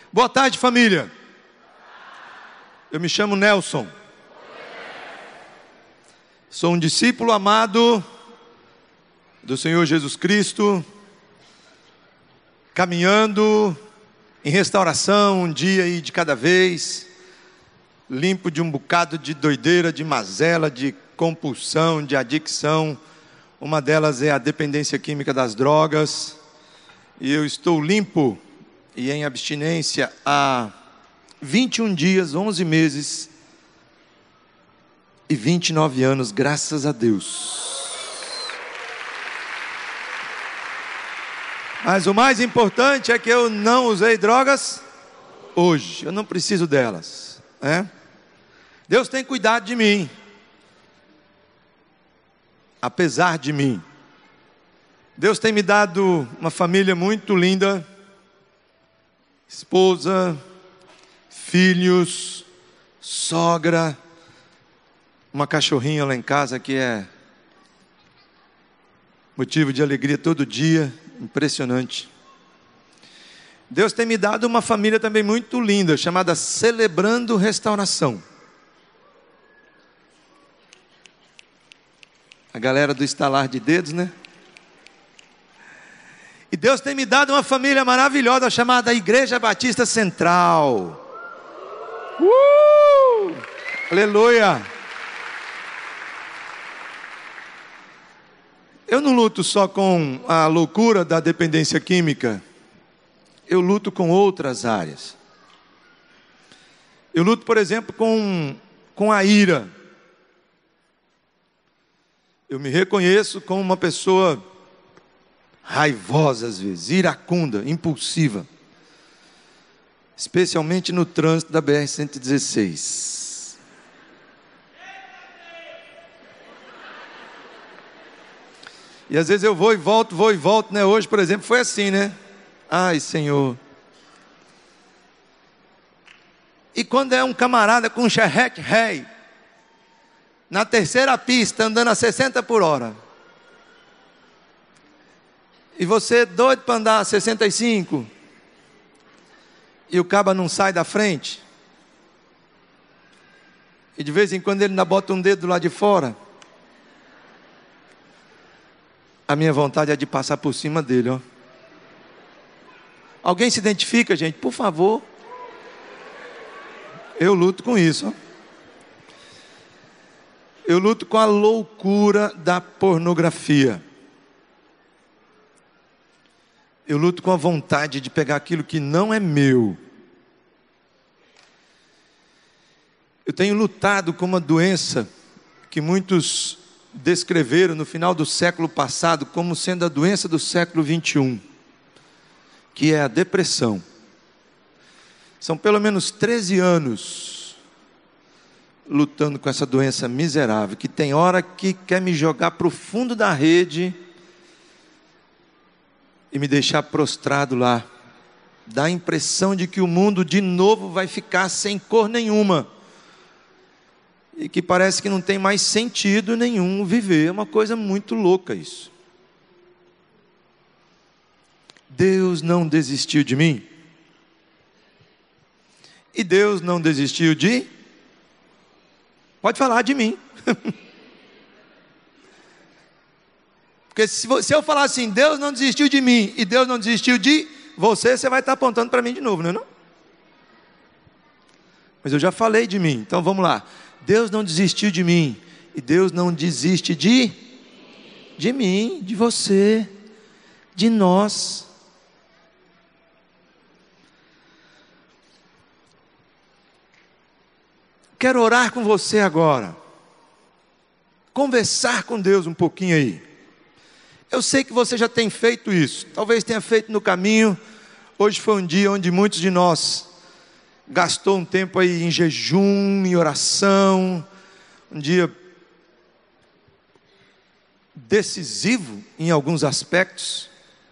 Boa tarde, família. Eu me chamo Nelson. Sou um discípulo amado do Senhor Jesus Cristo, caminhando em restauração, um dia e de cada vez, limpo de um bocado de doideira, de mazela, de compulsão, de adicção. Uma delas é a dependência química das drogas. E eu estou limpo e em abstinência há 21 dias, 11 meses e 29 anos, graças a Deus. Mas o mais importante é que eu não usei drogas hoje. Eu não preciso delas, né? Deus tem cuidado de mim, apesar de mim. Deus tem me dado uma família muito linda, esposa, filhos, sogra, uma cachorrinha lá em casa que é motivo de alegria todo dia, impressionante. Deus tem me dado uma família também muito linda, chamada Celebrando Restauração. A galera do estalar de dedos, né? E Deus tem me dado uma família maravilhosa chamada Igreja Batista Central. Aleluia! Eu não luto só com a loucura da dependência química. Eu luto com outras áreas. Eu luto, por exemplo, com a ira. Eu me reconheço como uma pessoa raivosa às vezes, iracunda, impulsiva. Especialmente no trânsito da BR-116. E às vezes eu vou e volto, né? Hoje, por exemplo, foi assim, né? Ai, Senhor. E quando é um camarada com um charrete rei, na terceira pista, andando a 60 por hora, e você doido para andar a 65, e o caba não sai da frente, e de vez em quando ele ainda bota um dedo lá de fora, a minha vontade é de passar por cima dele, ó. Alguém se identifica, gente? Por favor. Eu luto com isso, ó. Eu luto com a loucura da pornografia. Eu luto com a vontade de pegar aquilo que não é meu. Eu tenho lutado com uma doença que muitos descreveram no final do século passado como sendo a doença do século 21, que é a depressão. São pelo menos 13 anos lutando com essa doença miserável, que tem hora que quer me jogar para o fundo da rede e me deixar prostrado lá. Dá a impressão de que o mundo de novo vai ficar sem cor nenhuma. E que parece que não tem mais sentido nenhum viver. É uma coisa muito louca isso. Deus não desistiu de mim. E Deus não desistiu de... Pode falar de mim. Porque se eu falar assim, Deus não desistiu de mim e Deus não desistiu de você, você vai estar apontando para mim de novo, não é não? Mas eu já falei de mim, então vamos lá. Deus não desistiu de mim e Deus não desiste de mim, de você, de nós. Quero orar com você agora. Conversar com Deus um pouquinho aí. Eu sei que você já tem feito isso. Talvez tenha feito no caminho. Hoje foi um dia onde muitos de nós gastou um tempo aí em jejum, em oração. Um dia decisivo em alguns aspectos.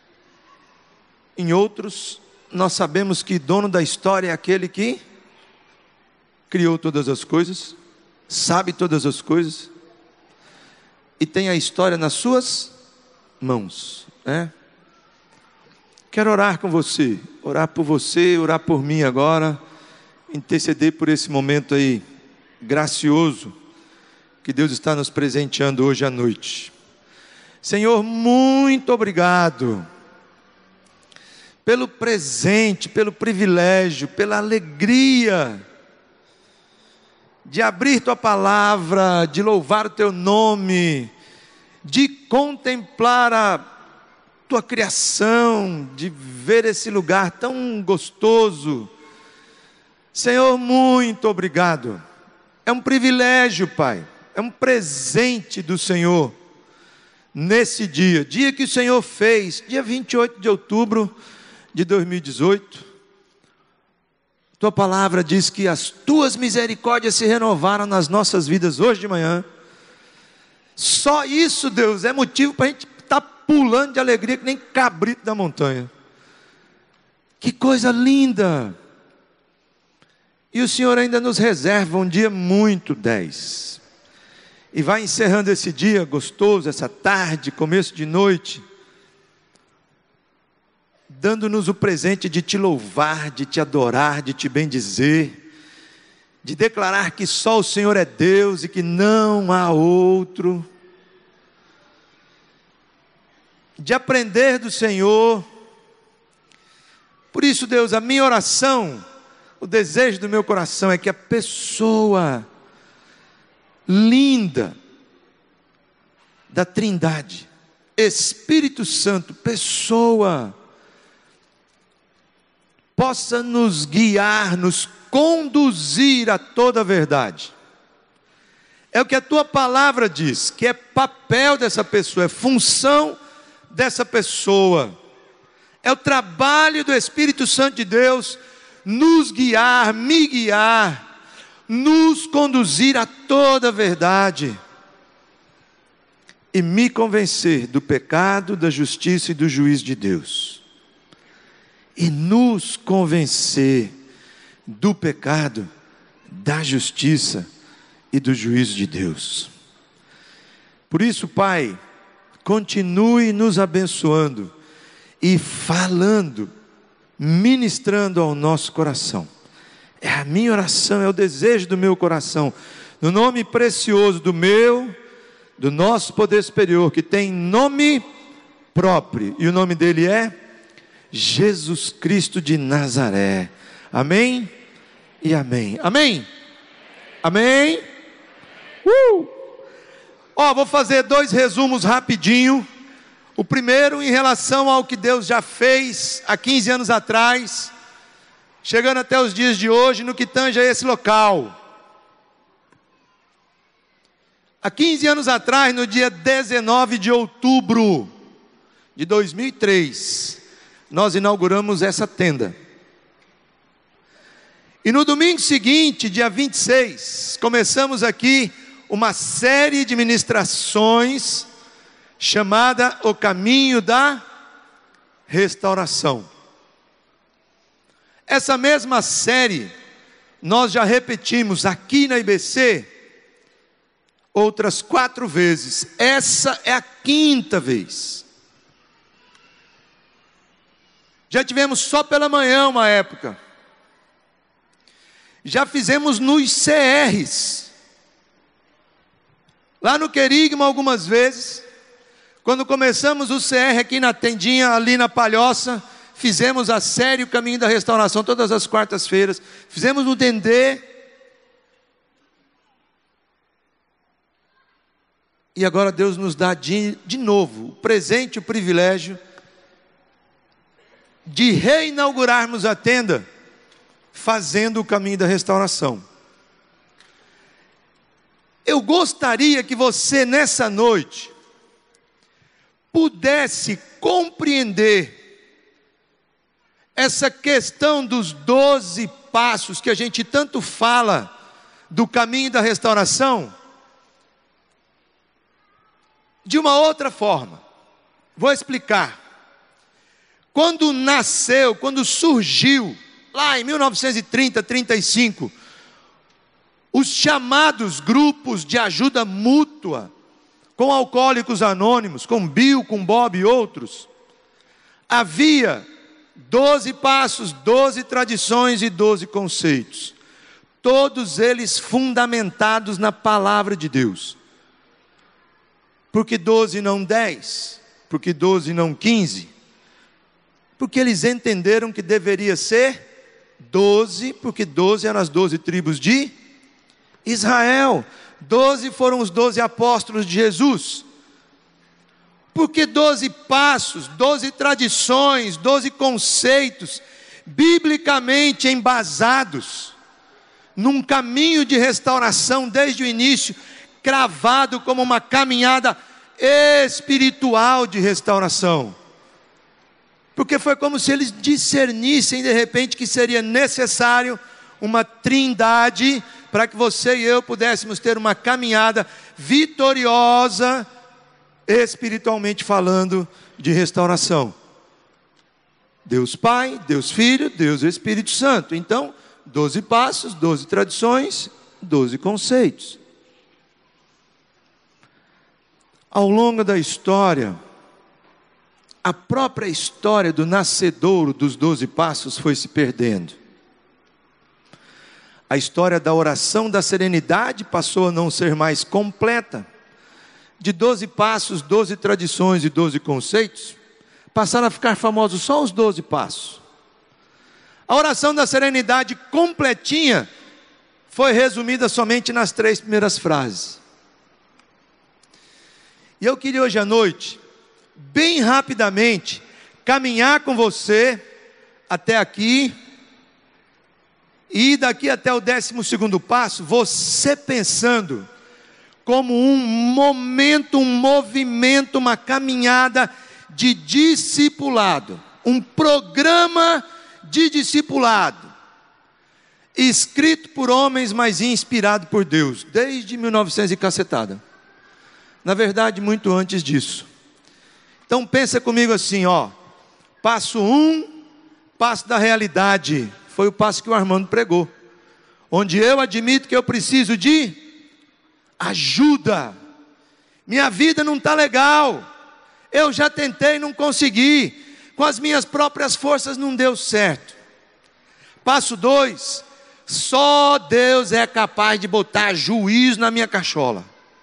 Em outros, nós sabemos que dono da história é aquele que criou todas as coisas, sabe todas as coisas, e tem a história nas suas mãos, né? quero orar com você, orar por você, orar por mim agora, interceder por esse momento aí gracioso que Deus está nos presenteando hoje à noite. Senhor, muito obrigado pelo presente, pelo privilégio, pela alegria de abrir Tua palavra, de louvar o Teu nome, de contemplar a Tua criação, de ver esse lugar tão gostoso. Senhor, muito obrigado. É um privilégio, Pai, é um presente do Senhor, nesse dia que o Senhor fez, dia 28 de outubro de 2018, Tua palavra diz que as Tuas misericórdias se renovaram nas nossas vidas hoje de manhã. Só isso, Deus, é motivo para a gente estar pulando de alegria que nem cabrito da montanha. Que coisa linda! E o Senhor ainda nos reserva um dia muito 10. E vai encerrando esse dia gostoso, essa tarde, começo de noite, dando-nos o presente de Te louvar, de Te adorar, de Te bendizer, de declarar que só o Senhor é Deus e que não há outro, de aprender do Senhor. Por isso, Deus, a minha oração, o desejo do meu coração é que a pessoa linda da Trindade, Espírito Santo, pessoa, possa nos guiar, nos conduzir a toda a verdade. É o que a Tua palavra diz, que é papel dessa pessoa, é função dessa pessoa, é o trabalho do Espírito Santo de Deus, nos guiar, me guiar, nos conduzir a toda a verdade, e me convencer do pecado, da justiça e do juízo de Deus. E nos convencer do pecado, da justiça e do juízo de Deus. Por isso, Pai, continue nos abençoando e falando, ministrando ao nosso coração. É a minha oração, é o desejo do meu coração, no nome precioso do nosso poder superior, que tem nome próprio, e o nome dele é Jesus Cristo de Nazaré. Amém e amém. Amém? Amém? Vou fazer 2 resumos rapidinho. O primeiro em relação ao que Deus já fez há 15 anos atrás, chegando até os dias de hoje, no que tange a esse local. Há 15 anos atrás, no dia 19 de outubro de 2003, nós inauguramos essa tenda. E no domingo seguinte, dia 26, começamos aqui uma série de ministrações chamada O Caminho da Restauração. Essa mesma série nós já repetimos aqui na IBC outras 4 vezes. Essa é a 5ª vez. Já tivemos só pela manhã uma época. Já fizemos nos CRs. Lá no Querigma algumas vezes. Quando começamos o CR aqui na tendinha, ali na Palhoça, fizemos a série O Caminho da Restauração, todas as quartas-feiras. Fizemos no Dendê. E agora Deus nos dá de novo o presente, o privilégio de reinaugurarmos a tenda, fazendo o Caminho da Restauração. Eu gostaria que você nessa noite pudesse compreender essa questão dos 12 passos que a gente tanto fala do Caminho da Restauração de uma outra forma. Vou explicar. Quando nasceu, quando surgiu, lá em 1930, 35, os chamados grupos de ajuda mútua, com alcoólicos anônimos, com Bill, com Bob e outros, havia 12 passos, 12 tradições e 12 conceitos. Todos eles fundamentados na palavra de Deus. Por que 12 e não 10? Por que 12 e não 15? Porque eles entenderam que deveria ser 12, porque 12 eram as 12 tribos de Israel. 12 foram os 12 apóstolos de Jesus. Porque 12 passos, 12 tradições, 12 conceitos, biblicamente embasados, num caminho de restauração desde o início, cravado como uma caminhada espiritual de restauração. Porque foi como se eles discernissem de repente que seria necessário uma trindade para que você e eu pudéssemos ter uma caminhada vitoriosa, espiritualmente falando, de restauração. Deus Pai, Deus Filho, Deus Espírito Santo. Então, 12 passos, 12 tradições, 12 conceitos. Ao longo da história, a própria história do nascedouro dos 12 passos foi se perdendo. A história da oração da serenidade passou a não ser mais completa. De 12 passos, 12 tradições e 12 conceitos, passaram a ficar famosos só os 12 passos. A oração da serenidade completinha foi resumida somente nas 3 primeiras frases. E eu queria hoje à noite, bem rapidamente, caminhar com você até aqui, e daqui até o 12º passo, você pensando como um momento, um movimento, uma caminhada de discipulado, um programa de discipulado, escrito por homens, mas inspirado por Deus, desde 1900 e cacetada. Na verdade, muito antes disso. Então pensa comigo assim, ó. Passo 1, passo da realidade. Foi o passo que o Armando pregou. Onde eu admito que eu preciso de ajuda. Minha vida não está legal. Eu já tentei, não consegui. Com as minhas próprias forças não deu certo. Passo 2. Só Deus é capaz de botar juízo na minha cachola.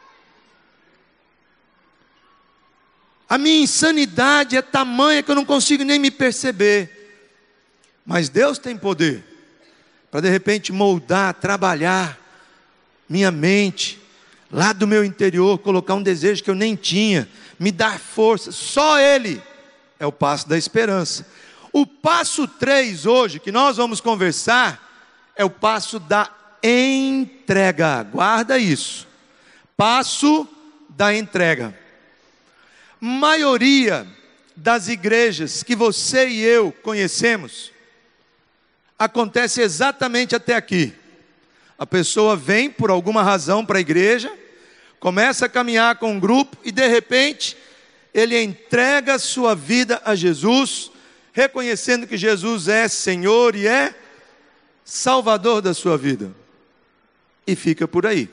A minha insanidade é tamanha que eu não consigo nem me perceber. Mas Deus tem poder para de repente moldar, trabalhar minha mente, lá do meu interior, colocar um desejo que eu nem tinha, me dar força. Só Ele é o passo da esperança. O passo 3 hoje, que nós vamos conversar, é o passo da entrega. Guarda isso. Passo da entrega. Maioria das igrejas que você e eu conhecemos, acontece exatamente até aqui. A pessoa vem por alguma razão para a igreja, começa a caminhar com um grupo e de repente ele entrega a sua vida a Jesus, reconhecendo que Jesus é Senhor e é Salvador da sua vida, e fica por aí.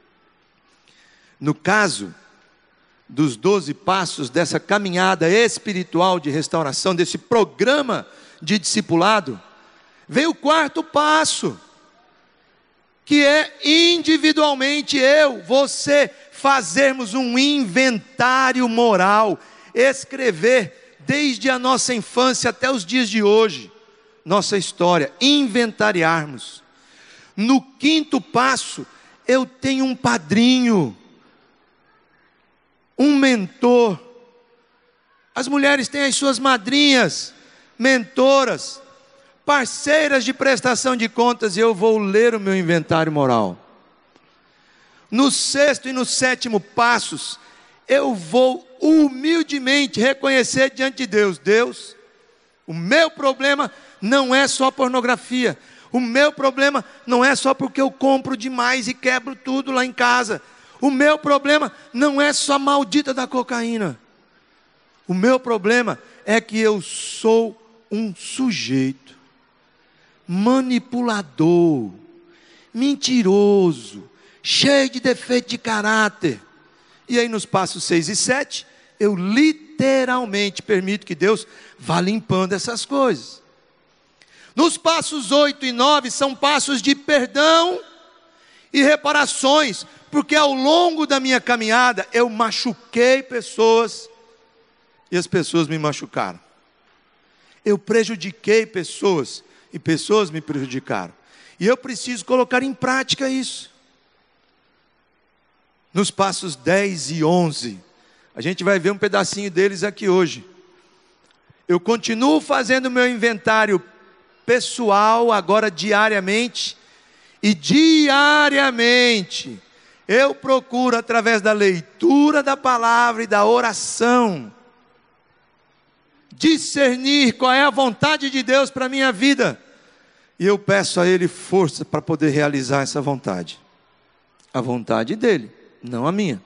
No caso dos 12 passos dessa caminhada espiritual de restauração, desse programa de discipulado, vem o 4º passo, que é individualmente eu, você, fazermos um inventário moral, escrever desde a nossa infância até os dias de hoje, nossa história, inventariarmos. No 5º passo, eu tenho um padrinho, um mentor. As mulheres têm as suas madrinhas, mentoras, parceiras de prestação de contas, e eu vou ler o meu inventário moral. No 6º e no 7º passos, eu vou humildemente reconhecer diante de Deus: Deus, o meu problema não é só pornografia, o meu problema não é só porque eu compro demais e quebro tudo lá em casa, o meu problema não é só a maldita da cocaína, o meu problema é que eu sou um sujeito manipulador, mentiroso, cheio de defeito de caráter. E aí nos passos 6 e 7, eu literalmente literalmente permito que Deus vá limpando essas coisas. Nos passos 8 e 9 são passos de perdão e reparações, porque ao longo da minha caminhada eu machuquei pessoas e as pessoas me machucaram. Eu prejudiquei pessoas e pessoas me prejudicaram. E eu preciso colocar em prática isso. Nos passos 10 e 11, a gente vai ver um pedacinho deles aqui hoje. Eu continuo fazendo o meu inventário pessoal agora diariamente, e diariamente eu procuro, através da leitura da palavra e da oração, discernir qual é a vontade de Deus para a minha vida, e eu peço a Ele força para poder realizar essa vontade, a vontade dEle, não a minha.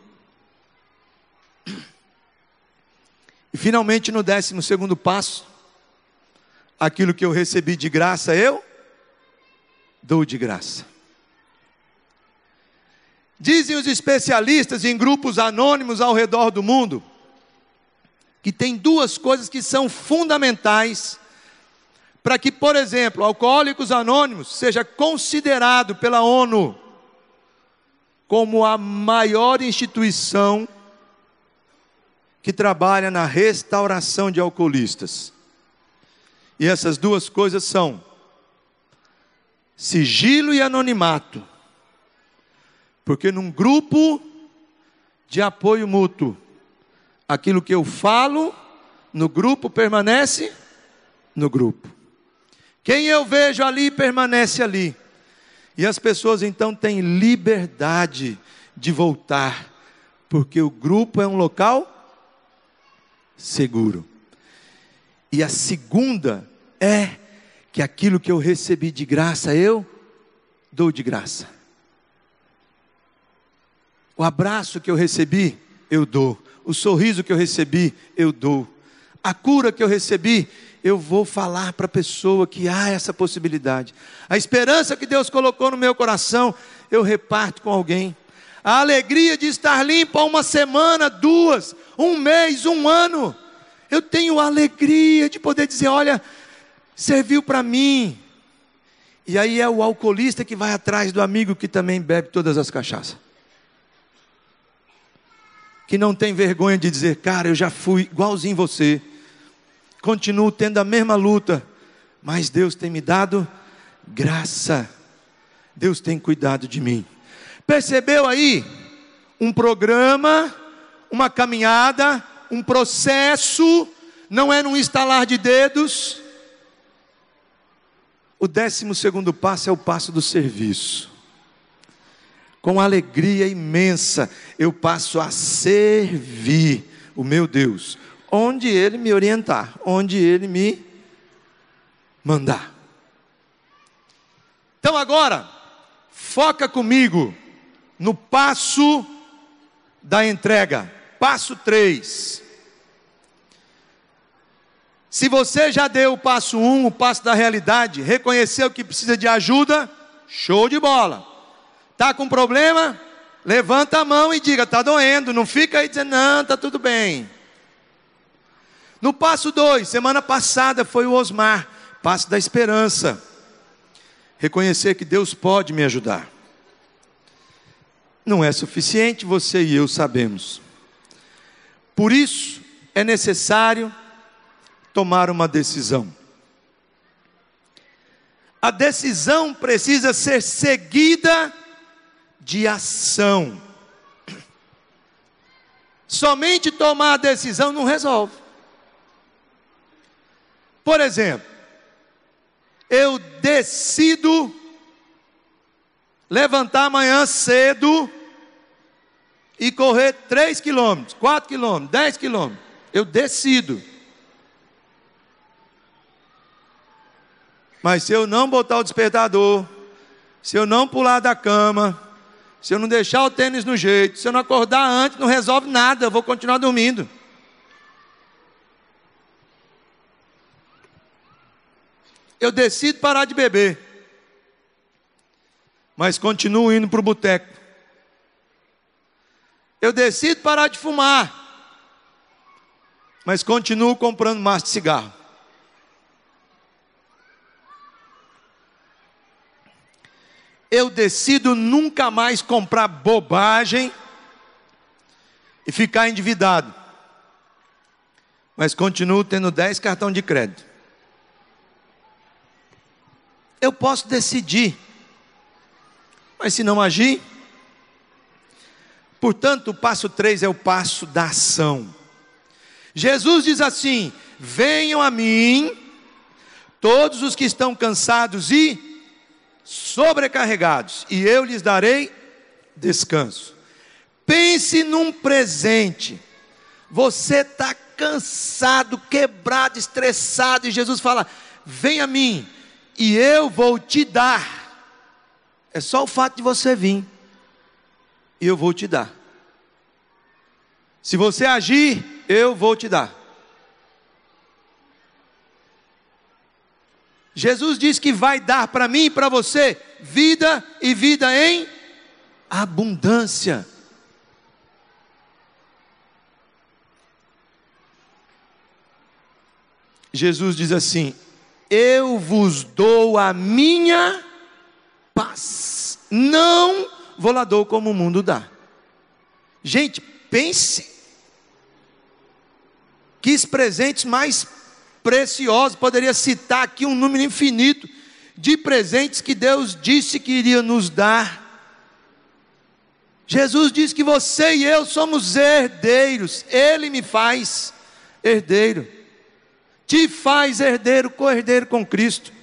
E finalmente no 12º passo, aquilo que eu recebi de graça, eu dou de graça. Dizem os especialistas em grupos anônimos ao redor do mundo, que tem duas coisas que são fundamentais para que, por exemplo, Alcoólicos Anônimos seja considerado pela ONU como a maior instituição que trabalha na restauração de alcoolistas. E essas duas coisas são sigilo e anonimato. Porque num grupo de apoio mútuo, aquilo que eu falo no grupo permanece no grupo. Quem eu vejo ali permanece ali. E as pessoas então têm liberdade de voltar, porque o grupo é um local seguro. E a segunda é que aquilo que eu recebi de graça, eu dou de graça. O abraço que eu recebi, eu dou. O sorriso que eu recebi, eu dou. A cura que eu recebi, eu vou falar para a pessoa que há essa possibilidade. A esperança que Deus colocou no meu coração, eu reparto com alguém. A alegria de estar limpo há uma semana, 2, 1 mês, 1 ano. Eu tenho a alegria de poder dizer, olha, serviu para mim. E aí é o alcoolista que vai atrás do amigo que também bebe todas as cachaças. Que não tem vergonha de dizer, cara, eu já fui igualzinho você. Continuo tendo a mesma luta, mas Deus tem me dado graça. Deus tem cuidado de mim. Percebeu aí? Um programa, uma caminhada, um processo, não é num estalar de dedos. O 12º passo é o passo do serviço. Com alegria imensa, eu passo a servir o meu Deus, onde Ele me orientar, onde Ele me mandar. Então agora, foca comigo no passo da entrega, passo 3. Se você já deu o passo 1, o passo da realidade, reconheceu que precisa de ajuda, show de bola. Está com problema? Levanta a mão e diga, está doendo. Não fica aí dizendo, não, está tudo bem. No passo 2, semana passada foi o Osmar, passo da esperança. Reconhecer que Deus pode me ajudar. Não é suficiente, você e eu sabemos. Por isso, é necessário tomar uma decisão. A decisão precisa ser seguida de ação. Somente tomar a decisão não resolve. Por exemplo, eu decido levantar amanhã cedo e correr 3 quilômetros, 4 quilômetros, 10 quilômetros. Eu decido. Mas se eu não botar o despertador, se eu não pular da cama, se eu não deixar o tênis no jeito, se eu não acordar antes, não resolve nada, eu vou continuar dormindo. Eu decido parar de beber, mas continuo indo para o boteco. Eu decido parar de fumar, mas continuo comprando maço de cigarro. Eu decido nunca mais comprar bobagem e ficar endividado, mas continuo tendo 10 cartões de crédito. Eu posso decidir, mas se não agir, portanto o passo 3 é o passo da ação. Jesus diz assim: venham a mim todos os que estão cansados e sobrecarregados, e eu lhes darei descanso. Pense num presente. Você está cansado, quebrado, estressado, e Jesus fala: vem a mim e eu vou te dar. É só o fato de você vir e eu vou te dar. Se você agir, eu vou te dar. Jesus diz que vai dar para mim e para você vida, e vida em abundância. Jesus diz assim: eu vos dou a minha paz, não vou lá dou como o mundo dá. Gente, pense que presentes mais preciosos. Poderia citar aqui um número infinito de presentes que Deus disse que iria nos dar. Jesus disse que você e eu somos herdeiros. Ele me faz herdeiro, te faz herdeiro, co-herdeiro com Cristo.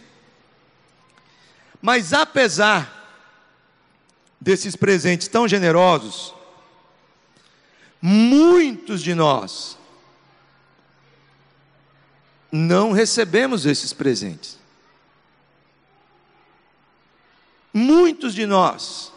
Mas apesar desses presentes tão generosos, muitos de nós não recebemos esses presentes. Muitos de nós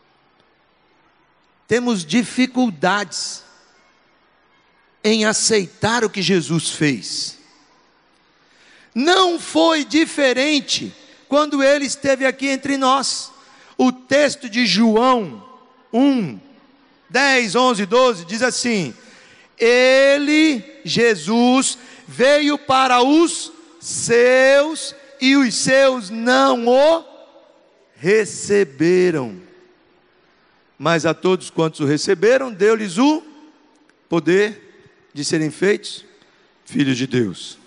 temos dificuldades em aceitar o que Jesus fez. Não foi diferente quando ele esteve aqui entre nós. O texto de João 1, 10, 11, 12 diz assim: ele, Jesus, veio para os seus e os seus não o receberam. Mas a todos quantos o receberam, deu-lhes o poder de serem feitos filhos de Deus.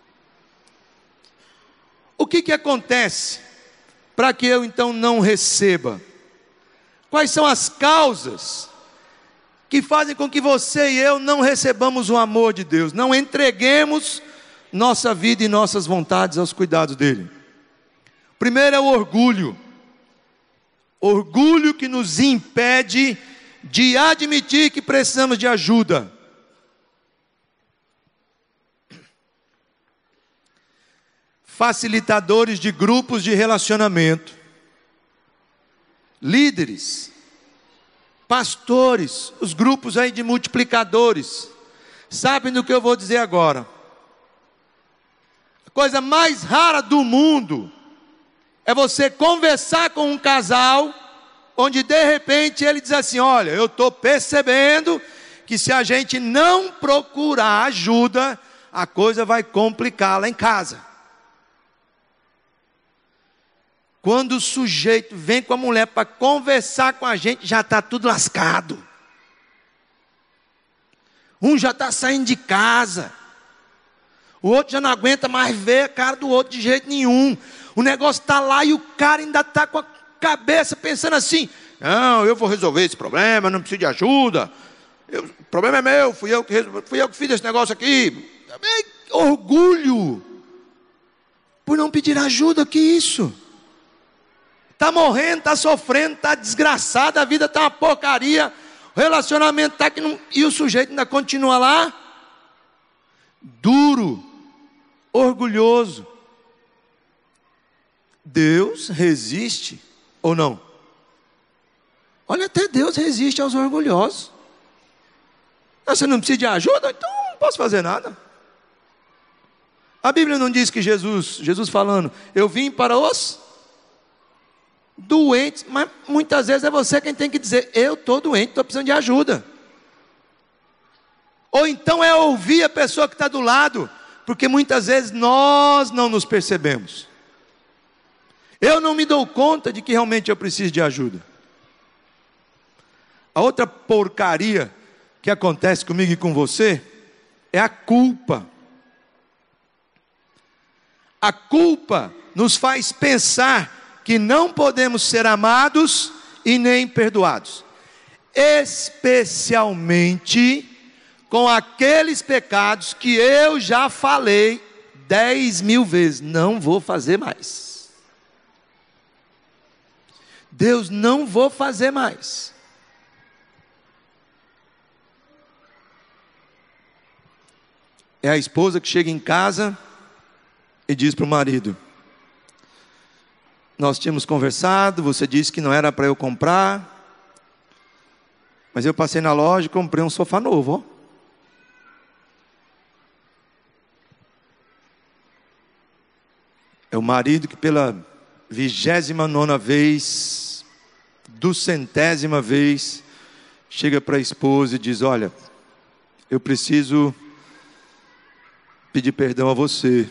O que acontece para que eu então não receba? Quais são as causas que fazem com que você e eu não recebamos o amor de Deus, não entreguemos nossa vida e nossas vontades aos cuidados dele? Primeiro é o orgulho. Orgulho que nos impede de admitir que precisamos de ajuda. Facilitadores de grupos de relacionamento, líderes, pastores, os grupos aí de multiplicadores, sabem do que eu vou dizer agora. A coisa mais rara do mundo é você conversar com um casal, onde de repente ele diz assim: olha, eu estou percebendo que se a gente não procurar ajuda, a coisa vai complicar lá em casa. Quando o sujeito vem com a mulher para conversar com a gente, já está tudo lascado. Um já está saindo de casa, o outro já não aguenta mais ver a cara do outro de jeito nenhum. O negócio está lá e o cara ainda está com a cabeça pensando assim: não, eu vou resolver esse problema, não preciso de ajuda. O problema é meu, fui eu que fiz esse negócio aqui. Orgulho por não pedir ajuda, que isso? Está morrendo, está sofrendo, está desgraçado, a vida está uma porcaria, o relacionamento está que não... E o sujeito ainda continua lá, duro, orgulhoso. Deus resiste ou não? Olha, até Deus resiste aos orgulhosos. Você não precisa de ajuda? Então não posso fazer nada. A Bíblia não diz que Jesus falando, eu vim para os doentes, mas muitas vezes é você quem tem que dizer: eu estou doente, estou precisando de ajuda. Ou então é ouvir a pessoa que está do lado, porque muitas vezes nós não nos percebemos. Eu não me dou conta de que realmente eu preciso de ajuda. A outra porcaria que acontece comigo e com você é a culpa. A culpa nos faz pensar que não podemos ser amados e nem perdoados, especialmente com aqueles pecados que eu já falei 10.000 vezes, não vou fazer mais. Deus, não vou fazer mais. É a esposa que chega em casa e diz para o marido: nós tínhamos conversado, você disse que não era para eu comprar, mas eu passei na loja e comprei um sofá novo, ó. É o marido que pela 29ª vez, 200ª vez, chega para a esposa e diz: olha, eu preciso pedir perdão a você.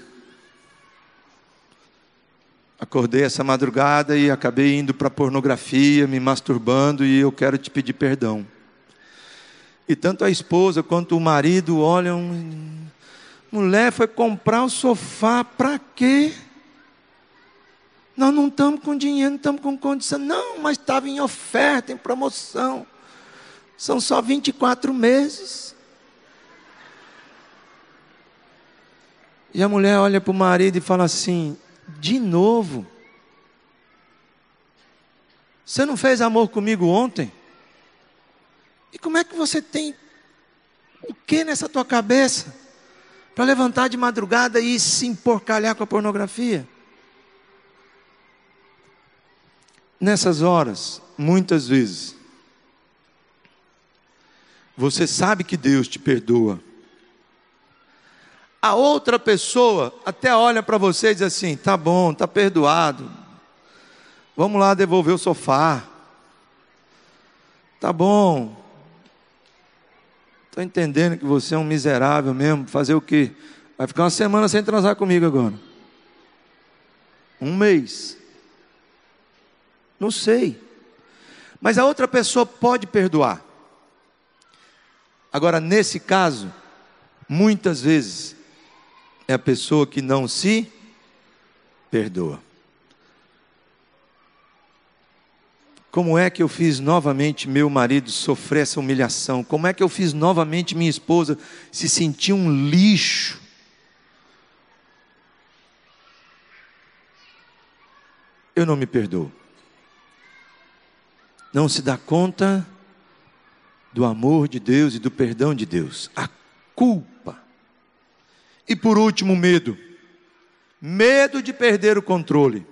Acordei essa madrugada e acabei indo para a pornografia, me masturbando, e eu quero te pedir perdão. E tanto a esposa quanto o marido olham: mulher, foi comprar o sofá para quê? Nós não estamos com dinheiro, não estamos com condição. Não, mas estava em oferta, em promoção. São só 24 meses. E a mulher olha para o marido e fala assim: de novo? Você não fez amor comigo ontem? E como é que você tem o que nessa tua cabeça para levantar de madrugada e se emporcalhar com a pornografia? Nessas horas, muitas vezes, você sabe que Deus te perdoa. A outra pessoa até olha para você e diz assim: tá bom, tá perdoado. Vamos lá devolver o sofá. Tá bom. Estou entendendo que você é um miserável mesmo. Fazer o quê? Vai ficar uma semana sem transar comigo agora. 1 mês. Não sei. Mas a outra pessoa pode perdoar. Agora, nesse caso, muitas vezes, é a pessoa que não se perdoa. Como é que eu fiz novamente meu marido sofrer essa humilhação? Como é que eu fiz novamente minha esposa se sentir um lixo? Eu não me perdoo. Não se dá conta do amor de Deus e do perdão de Deus. A culpa. E por último, medo. Medo de perder o controle.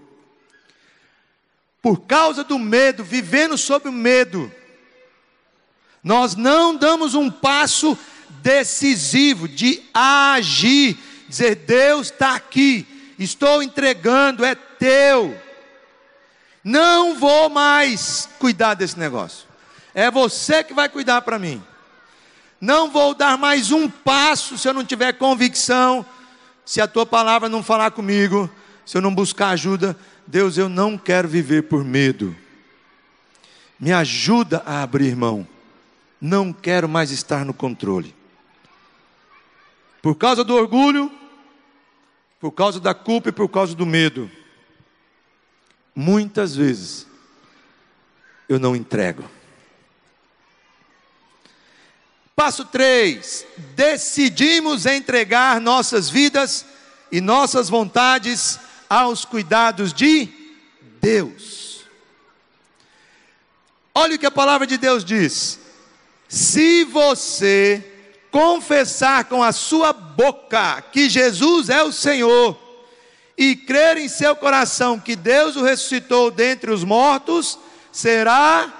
Por causa do medo, vivendo sob o medo, nós não damos um passo decisivo de agir, dizer: Deus está aqui, estou entregando, é teu. Não vou mais cuidar desse negócio. É você que vai cuidar para mim. Não vou dar mais um passo se eu não tiver convicção, se a tua palavra não falar comigo, se eu não buscar ajuda. Deus, eu não quero viver por medo. Me ajuda a abrir mão. Não quero mais estar no controle. Por causa do orgulho, por causa da culpa e por causa do medo, muitas vezes eu não entrego. Passo 3, decidimos entregar nossas vidas e nossas vontades aos cuidados de Deus. Olha o que a palavra de Deus diz: se você confessar com a sua boca que Jesus é o Senhor, e crer em seu coração que Deus o ressuscitou dentre os mortos, será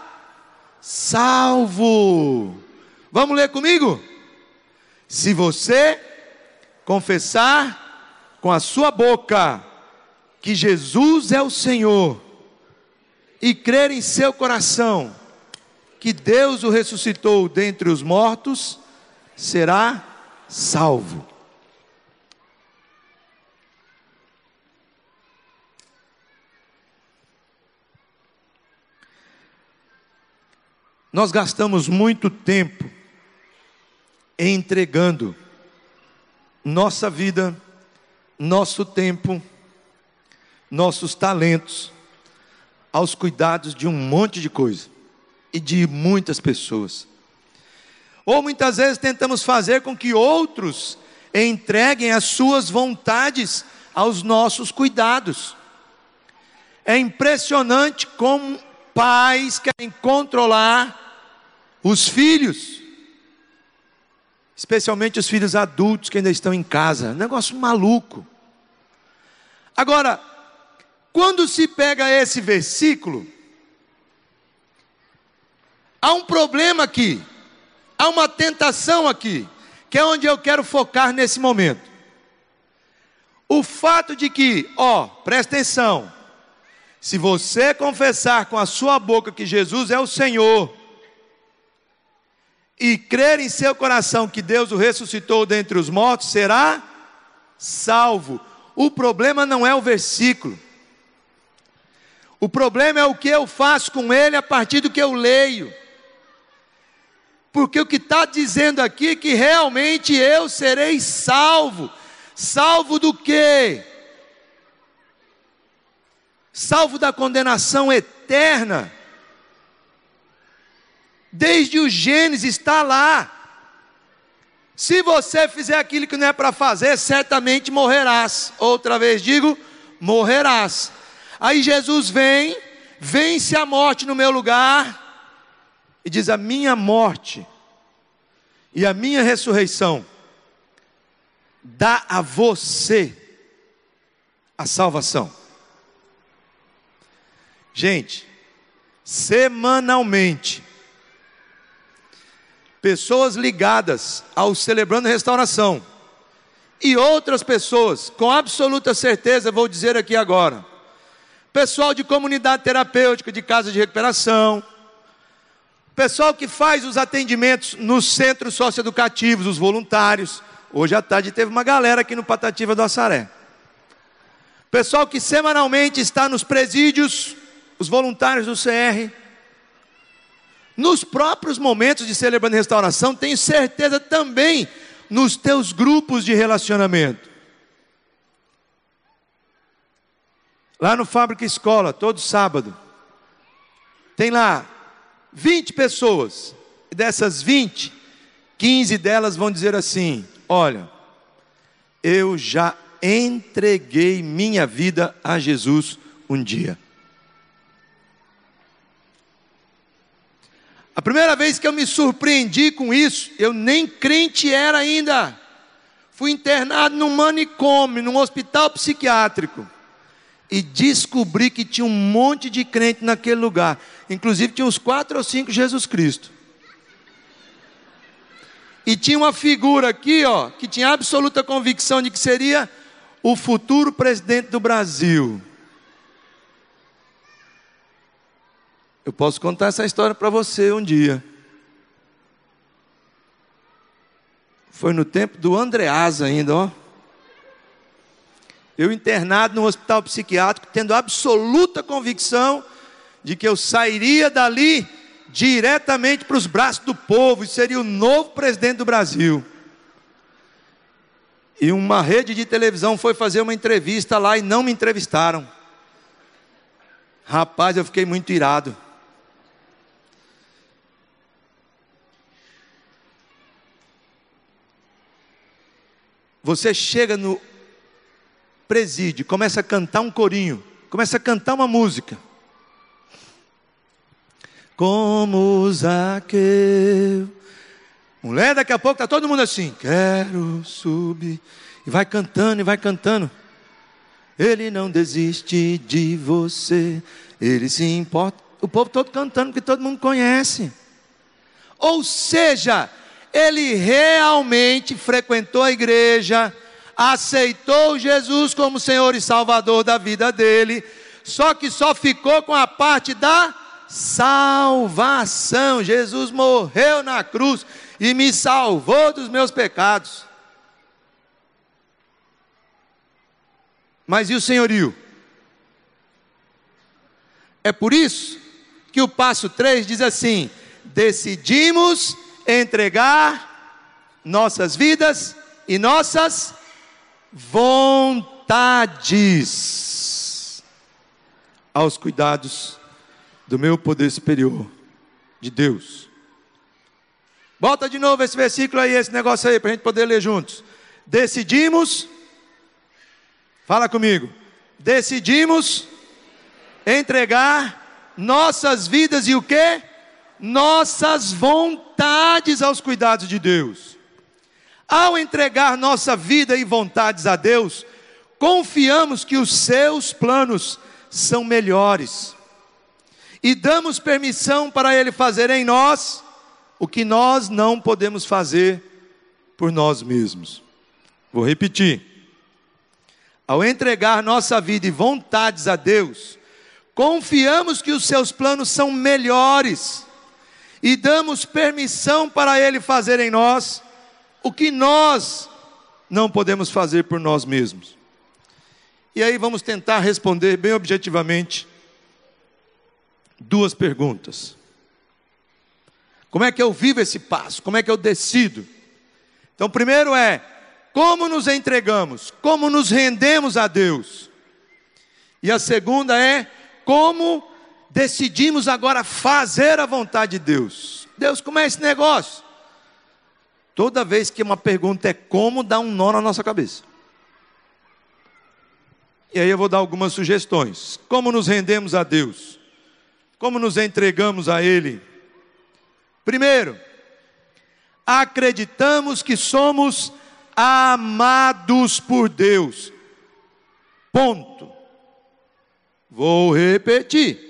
salvo. Vamos ler comigo? Se você confessar com a sua boca que Jesus é o Senhor, e crer em seu coração que Deus o ressuscitou dentre os mortos, será salvo. Nós gastamos muito tempo entregando nossa vida, nosso tempo, nossos talentos aos cuidados de um monte de coisa e de muitas pessoas. Ou muitas vezes tentamos fazer com que outros entreguem as suas vontades aos nossos cuidados. É impressionante como pais querem controlar os filhos, especialmente os filhos adultos que ainda estão em casa. Negócio maluco. Agora, quando se pega esse versículo, há um problema aqui, há uma tentação aqui, que é onde eu quero focar nesse momento. O fato de que, presta atenção, se você confessar com a sua boca que Jesus é o Senhor, e crer em seu coração que Deus o ressuscitou dentre os mortos, será salvo. O problema não é o versículo. O problema é o que eu faço com ele a partir do que eu leio. Porque o que está dizendo aqui é que realmente eu serei salvo. Salvo do quê? Salvo da condenação eterna. Desde o Gênesis está lá. Se você fizer aquilo que não é para fazer, certamente morrerás. Outra vez digo, morrerás. Aí Jesus vence a morte no meu lugar e diz: a minha morte e a minha ressurreição dá a você a salvação. Gente, semanalmente, pessoas ligadas ao Celebrando Restauração e outras pessoas, com absoluta certeza, vou dizer aqui agora, pessoal de comunidade terapêutica, de casa de recuperação, pessoal que faz os atendimentos nos centros socioeducativos, os voluntários. Hoje à tarde teve uma galera aqui no Patativa do Assaré. Pessoal que semanalmente está nos presídios, os voluntários do CR. Nos próprios momentos de Celebrando Restauração, tenho certeza também nos teus grupos de relacionamento. Lá no Fábrica Escola, todo sábado, tem lá 20 pessoas. E dessas 20, 15 delas vão dizer assim: olha, eu já entreguei minha vida a Jesus um dia. A primeira vez que eu me surpreendi com isso, eu nem crente era ainda. Fui internado num manicômio, num hospital psiquiátrico. E descobri que tinha um monte de crente naquele lugar. Inclusive tinha uns 4 ou 5 Jesus Cristo. E tinha uma figura aqui, que tinha absoluta convicção de que seria o futuro presidente do Brasil. Eu posso contar essa história para você um dia. Foi no tempo do Andreasa ainda, Eu internado no hospital psiquiátrico, tendo absoluta convicção de que eu sairia dali diretamente para os braços do povo e seria o novo presidente do Brasil. E uma rede de televisão foi fazer uma entrevista lá e não me entrevistaram. Rapaz, eu fiquei muito irado. Você chega no presídio, começa a cantar um corinho, começa a cantar uma música. Como Zaqueu. Mulher, daqui a pouco está todo mundo assim: quero subir. E vai cantando, e vai cantando. Ele não desiste de você, ele se importa. O povo todo cantando, porque todo mundo conhece. Ou seja, ele realmente frequentou a igreja, aceitou Jesus como Senhor e Salvador da vida dele, só que só ficou com a parte da salvação. Jesus morreu na cruz, e me salvou dos meus pecados. Mas e o senhorio? É por isso que o passo 3 diz assim: decidimos entregar nossas vidas e nossas vontades aos cuidados do meu poder superior, de Deus. Bota de novo esse versículo aí, esse negócio aí, para a gente poder ler juntos. Decidimos, fala comigo, decidimos entregar nossas vidas e o quê? Nossas vontades aos cuidados de Deus. Ao entregar nossa vida e vontades a Deus, confiamos que os seus planos são melhores e damos permissão para Ele fazer em nós o que nós não podemos fazer por nós mesmos. Vou repetir. Ao entregar nossa vida e vontades a Deus, confiamos que os seus planos são melhores e damos permissão para Ele fazer em nós o que nós não podemos fazer por nós mesmos. E aí vamos tentar responder bem objetivamente duas perguntas. Como é que eu vivo esse passo? Como é que eu decido? Então, primeiro é, como nos entregamos? Como nos rendemos a Deus? E a segunda é, como decidimos agora fazer a vontade de Deus? Deus, como é esse negócio? Toda vez que uma pergunta é como, dá um nó na nossa cabeça. E aí eu vou dar algumas sugestões. Como nos rendemos a Deus? Como nos entregamos a Ele? Primeiro, acreditamos que somos amados por Deus. Ponto. Vou repetir.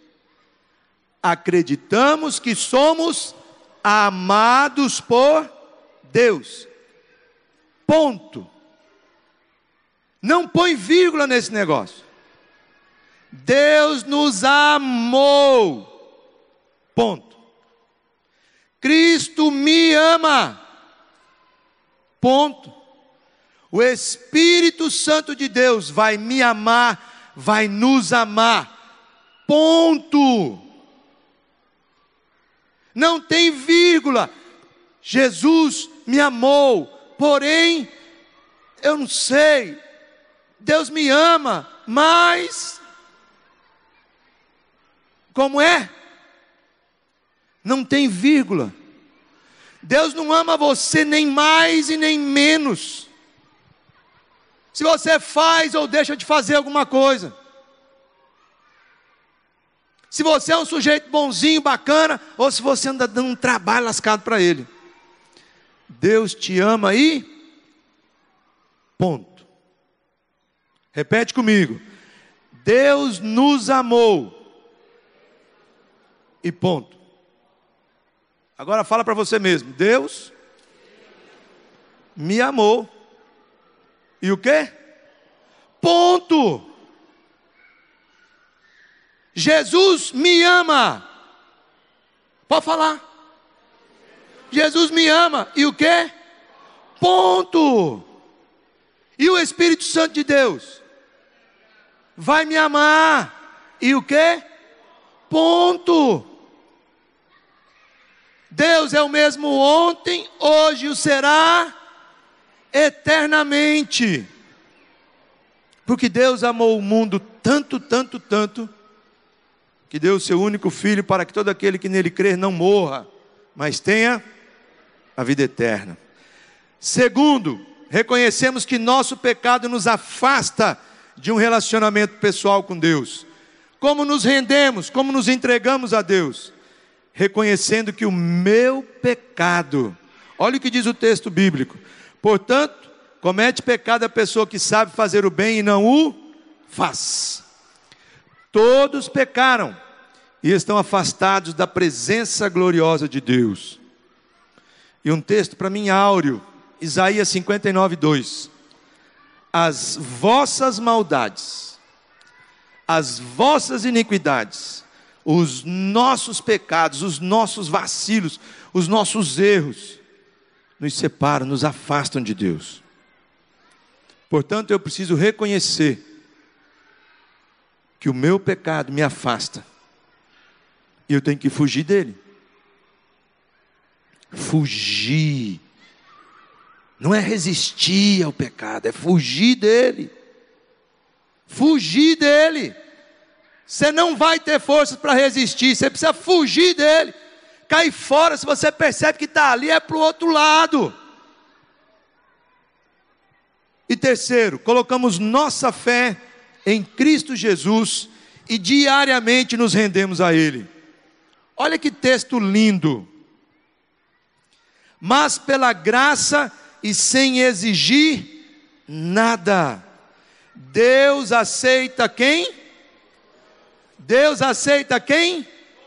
Acreditamos que somos amados por Deus. Ponto. Não põe vírgula nesse negócio. Deus nos amou. Ponto. Cristo me ama. Ponto. O Espírito Santo de Deus vai me amar, vai nos amar. Ponto. Não tem vírgula. Jesus me amou, porém, eu não sei, Deus me ama, mas, como é? Não tem vírgula. Deus não ama você nem mais e nem menos, se você faz ou deixa de fazer alguma coisa. Se você é um sujeito bonzinho, bacana, ou se você anda dando um trabalho lascado para Ele. Deus te ama e ponto. Repete comigo. Deus nos amou e ponto. Agora fala para você mesmo. Deus me amou e o quê? Ponto. Jesus me ama. Pode falar. Jesus me ama. E o quê? Ponto. E o Espírito Santo de Deus vai me amar. E o quê? Ponto. Deus é o mesmo ontem, hoje o será eternamente. Porque Deus amou o mundo tanto, tanto, tanto, que deu o seu único Filho para que todo aquele que nele crer não morra, mas tenha a vida eterna. Segundo, reconhecemos que nosso pecado nos afasta de um relacionamento pessoal com Deus. Como nos rendemos, como nos entregamos a Deus? Reconhecendo que o meu pecado, olha o que diz o texto bíblico, portanto, comete pecado a pessoa que sabe fazer o bem e não o faz. Todos pecaram e estão afastados da presença gloriosa de Deus. E um texto para mim áureo, Isaías 59:2. As vossas maldades, as vossas iniquidades, os nossos pecados, os nossos vacilos, os nossos erros, nos separam, nos afastam de Deus. Portanto, eu preciso reconhecer que o meu pecado me afasta e eu tenho que fugir dele. Fugir. Não é resistir ao pecado, é fugir dele. Fugir dele. Você não vai ter forças para resistir, você precisa fugir dele. Cair fora, se você percebe que está ali, é para o outro lado. E terceiro, colocamos nossa fé em Cristo Jesus e diariamente nos rendemos a Ele. Olha que texto lindo. Mas pela graça e sem exigir nada. Deus aceita quem? Deus aceita quem?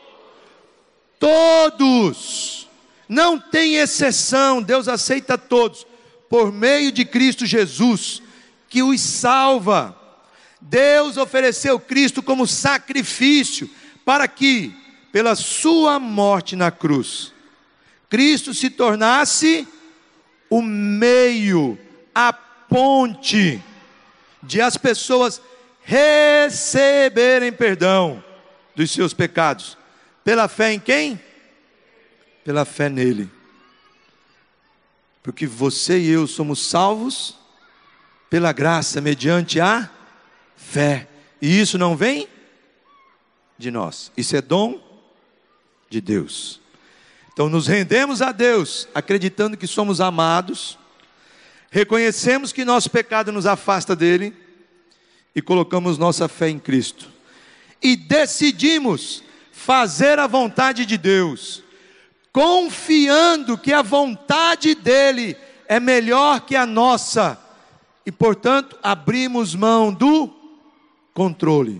Todos. Não tem exceção, Deus aceita todos. Por meio de Cristo Jesus, que os salva. Deus ofereceu Cristo como sacrifício, para que, pela sua morte na cruz, Cristo se tornasse o meio, a ponte, de as pessoas receberem perdão dos seus pecados. Pela fé em quem? Pela fé nele. Porque você e eu somos salvos pela graça, mediante a fé. E isso não vem de nós. Isso é dom de Deus. Então nos rendemos a Deus, acreditando que somos amados. Reconhecemos que nosso pecado nos afasta dele. E colocamos nossa fé em Cristo. E decidimos fazer a vontade de Deus, confiando que a vontade dele é melhor que a nossa, e portanto abrimos mão do controle.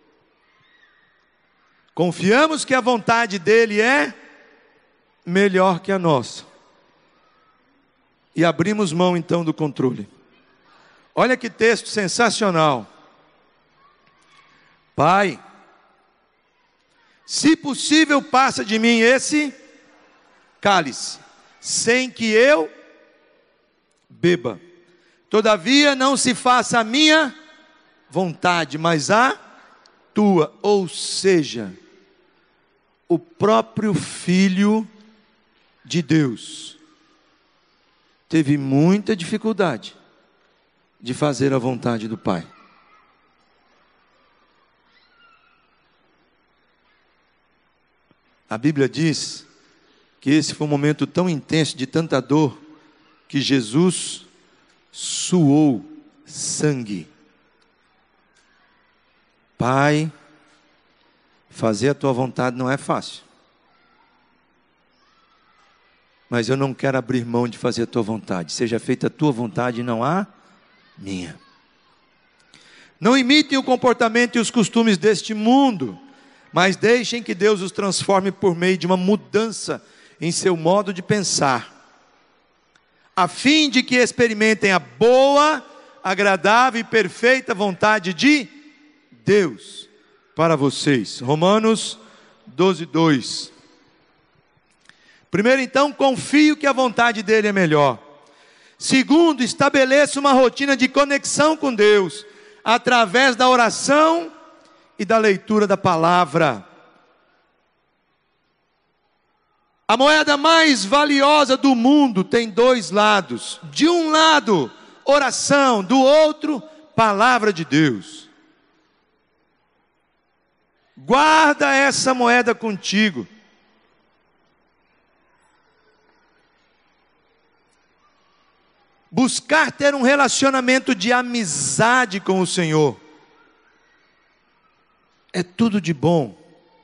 Confiamos que a vontade dele é melhor que a nossa, e abrimos mão então do controle. Olha que texto sensacional. Pai, se possível, passa de mim esse cálice, sem que eu beba. Todavia, não se faça a minha vontade, mas a tua. Ou seja, o próprio Filho de Deus teve muita dificuldade de fazer a vontade do Pai. A Bíblia diz que esse foi um momento tão intenso, de tanta dor, que Jesus suou sangue. Pai, fazer a tua vontade não é fácil. Mas eu não quero abrir mão de fazer a tua vontade. Seja feita a tua vontade e não a minha. Não imitem o comportamento e os costumes deste mundo, mas deixem que Deus os transforme por meio de uma mudança em seu modo de pensar, a fim de que experimentem a boa, agradável e perfeita vontade de Deus para vocês. Romanos 12:2. Primeiro, então, confio que a vontade dele é melhor. Segundo, estabeleça uma rotina de conexão com Deus, através da oração e da leitura da palavra. A moeda mais valiosa do mundo tem dois lados. De um lado, oração, do outro, palavra de Deus. Guarda essa moeda contigo. Buscar ter um relacionamento de amizade com o Senhor é tudo de bom.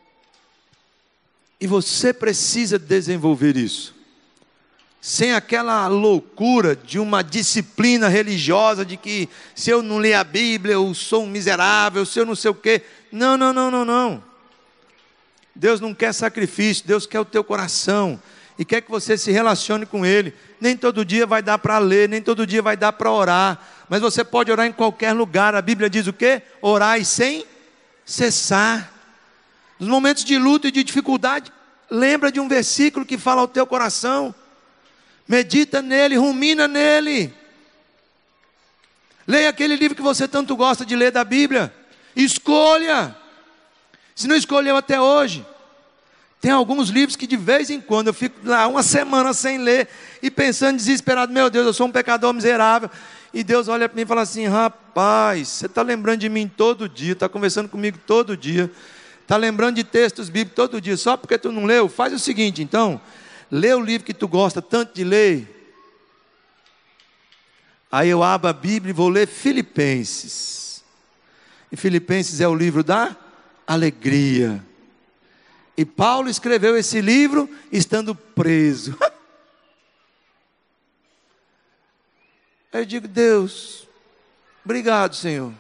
E você precisa desenvolver isso. Sem aquela loucura de uma disciplina religiosa de que se eu não ler a Bíblia eu sou um miserável, se eu não sei o quê. Não. Deus não quer sacrifício, Deus quer o teu coração. E quer que você se relacione com Ele. Nem todo dia vai dar para ler, nem todo dia vai dar para orar. Mas você pode orar em qualquer lugar. A Bíblia diz o quê? Orai sem cessar. Nos momentos de luta e de dificuldade, lembra de um versículo que fala ao teu coração. Medita nele, rumina nele. Leia aquele livro que você tanto gosta de ler da Bíblia. Escolha. Se não escolheu até hoje. Tem alguns livros que de vez em quando eu fico lá uma semana sem ler e pensando desesperado, meu Deus, eu sou um pecador miserável. E Deus olha para mim e fala assim, rapaz, você está lembrando de mim todo dia, está conversando comigo todo dia, está lembrando de textos bíblicos todo dia, só porque tu não leu? Faz o seguinte então, lê o livro que tu gosta tanto de ler. Aí eu abro a Bíblia e vou ler Filipenses. E Filipenses é o livro da alegria. E Paulo escreveu esse livro estando preso. Aí eu digo, Deus, obrigado, Senhor.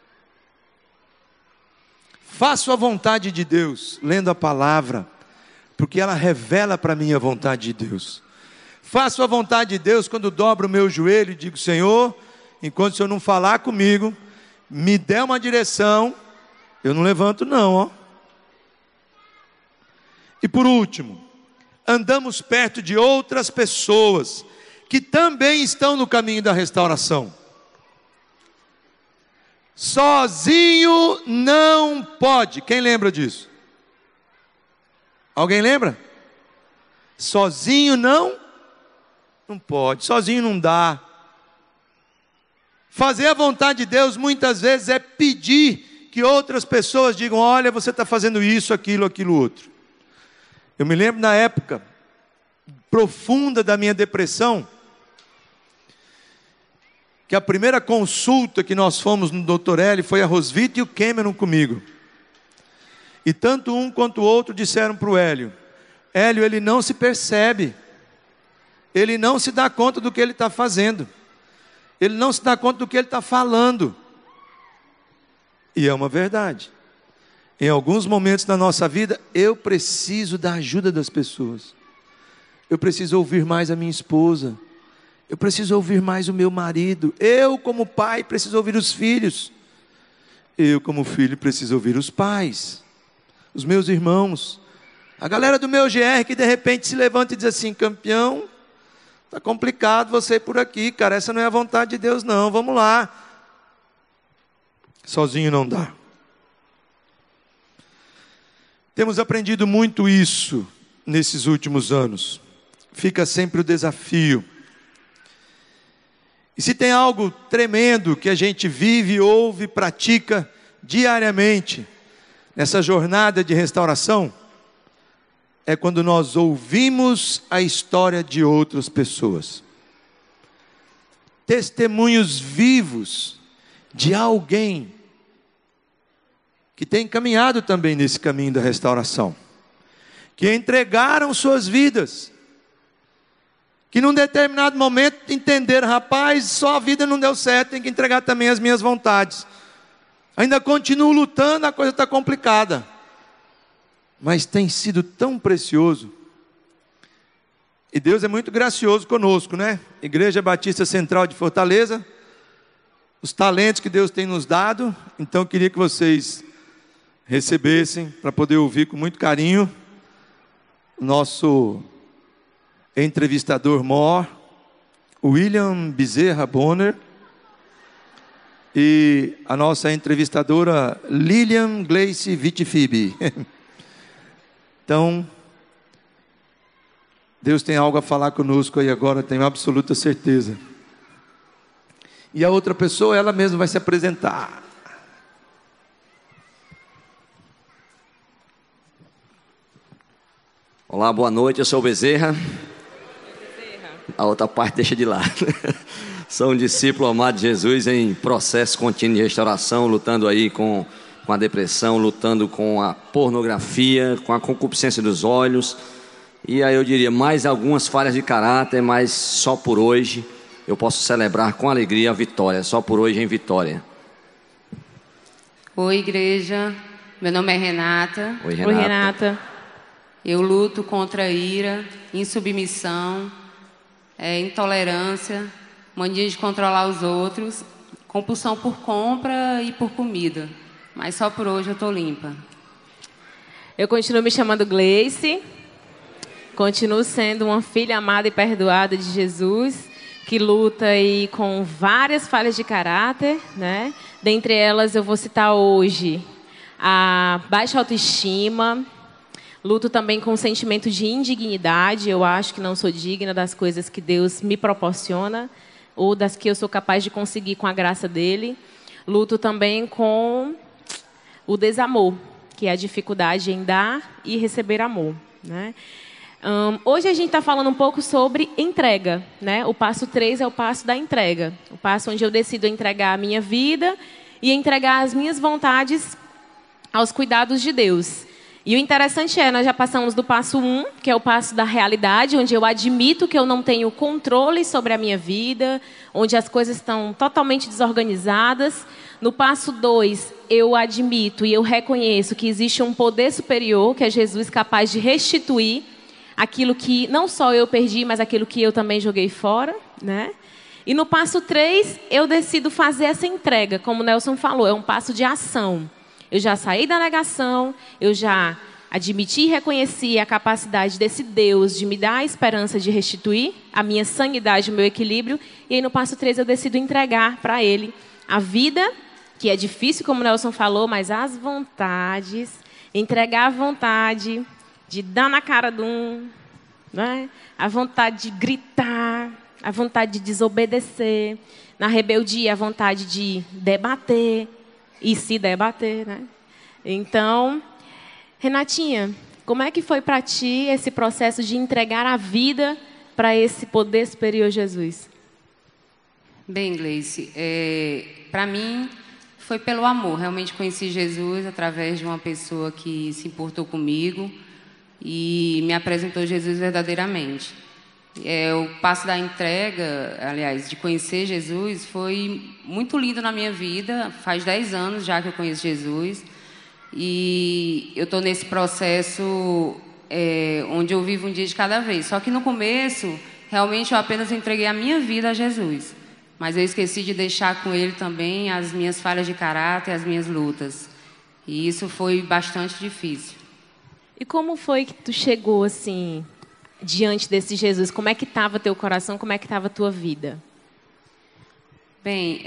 Faço a vontade de Deus, lendo a palavra, porque ela revela para mim a vontade de Deus. Faço a vontade de Deus quando dobro o meu joelho e digo, Senhor, enquanto o Senhor não falar comigo, me der uma direção, eu não levanto não, ó. E por último, andamos perto de outras pessoas que também estão no caminho da restauração. Sozinho não pode. Quem lembra disso? Alguém lembra? Sozinho não pode. Sozinho não dá. Fazer a vontade de Deus muitas vezes é pedir que outras pessoas digam, olha, você está fazendo isso, aquilo, outro. Eu me lembro na época profunda da minha depressão, que a primeira consulta que nós fomos no Dr. L foi a Rosvita e o Cameron comigo. E tanto um quanto o outro disseram para o Hélio, Hélio, ele não se percebe, ele não se dá conta do que ele está fazendo, ele não se dá conta do que ele está falando. E é uma verdade. Em alguns momentos da nossa vida, eu preciso da ajuda das pessoas. Eu preciso ouvir mais a minha esposa. Eu preciso ouvir mais o meu marido. Eu, como pai, preciso ouvir os filhos. Eu, como filho, preciso ouvir os pais, os meus irmãos. A galera do meu GR que de repente se levanta e diz assim, campeão, está complicado você ir por aqui, cara, essa não é a vontade de Deus não, vamos lá. Sozinho não dá. Temos aprendido muito isso nesses últimos anos. Fica sempre o desafio. E se tem algo tremendo que a gente vive, ouve, pratica diariamente nessa jornada de restauração, é quando nós ouvimos a história de outras pessoas. Testemunhos vivos de alguém que tem caminhado também nesse caminho da restauração, que entregaram suas vidas, que num determinado momento entenderam, rapaz, só a vida não deu certo, tem que entregar também as minhas vontades. Ainda continuo lutando, a coisa está complicada, mas tem sido tão precioso. E Deus é muito gracioso conosco, né? Igreja Batista Central de Fortaleza, os talentos que Deus tem nos dado. Então eu queria que vocês recebessem, para poder ouvir com muito carinho, o nosso entrevistador mor, William Bezerra Bonner, e a nossa entrevistadora Lilian Gleice Vittifibi. Então, Deus tem algo a falar conosco aí agora, tenho absoluta certeza. E a outra pessoa, ela mesma vai se apresentar. Olá, boa noite, eu sou o Bezerra. A outra parte deixa de lado. Sou um discípulo amado de Jesus em processo contínuo de restauração, lutando aí com a depressão, lutando com a pornografia, com a concupiscência dos olhos. E aí eu diria, mais algumas falhas de caráter, mas só por hoje eu posso celebrar com alegria a vitória, só por hoje em vitória. Oi, igreja, meu nome é Renata. Oi, Renata. Oi, Renata. Eu luto contra a ira, insubmissão, intolerância, mania de controlar os outros, compulsão por compra e por comida. Mas só por hoje eu estou limpa. Eu continuo me chamando Gleice. Continuo sendo uma filha amada e perdoada de Jesus, que luta aí com várias falhas de caráter, né? Dentre elas, eu vou citar hoje a baixa autoestima. Luto também com o sentimento de indignidade. Eu acho que não sou digna das coisas que Deus me proporciona ou das que eu sou capaz de conseguir com a graça dele. Luto também com o desamor, que é a dificuldade em dar e receber amor, né? Hoje a gente está falando um pouco sobre entrega, né? O passo 3 é o passo da entrega. O passo onde eu decido entregar a minha vida e entregar as minhas vontades aos cuidados de Deus. E o interessante nós já passamos do passo 1, que é o passo da realidade, onde eu admito que eu não tenho controle sobre a minha vida, onde as coisas estão totalmente desorganizadas. No passo 2, eu admito e eu reconheço que existe um poder superior, que é Jesus, capaz de restituir aquilo que não só eu perdi, mas aquilo que eu também joguei fora, né? E no passo 3, eu decido fazer essa entrega, como o Nelson falou, é um passo de ação. Eu já saí da negação, eu já admiti e reconheci a capacidade desse Deus de me dar a esperança de restituir a minha sanidade, o meu equilíbrio. E aí no passo 3 eu decido entregar para Ele a vida, que é difícil, como o Nelson falou, mas as vontades, entregar a vontade de dar na cara de um, né? A vontade de gritar, a vontade de desobedecer, na rebeldia a vontade de debater e se debater, né? Então, Renatinha, como é que foi para ti esse processo de entregar a vida para esse poder superior Jesus? Bem, Gleice, para mim foi pelo amor. Realmente conheci Jesus através de uma pessoa que se importou comigo e me apresentou Jesus verdadeiramente. O passo da entrega, aliás, de conhecer Jesus, foi muito lindo na minha vida. Faz 10 anos já que eu conheço Jesus. E eu estou nesse processo onde eu vivo um dia de cada vez. Só que no começo, realmente eu apenas entreguei a minha vida a Jesus. Mas eu esqueci de deixar com Ele também as minhas falhas de caráter, as minhas lutas. E isso foi bastante difícil. E como foi que tu chegou assim diante desse Jesus? Como é que estava teu coração? Como é que estava a tua vida? Bem,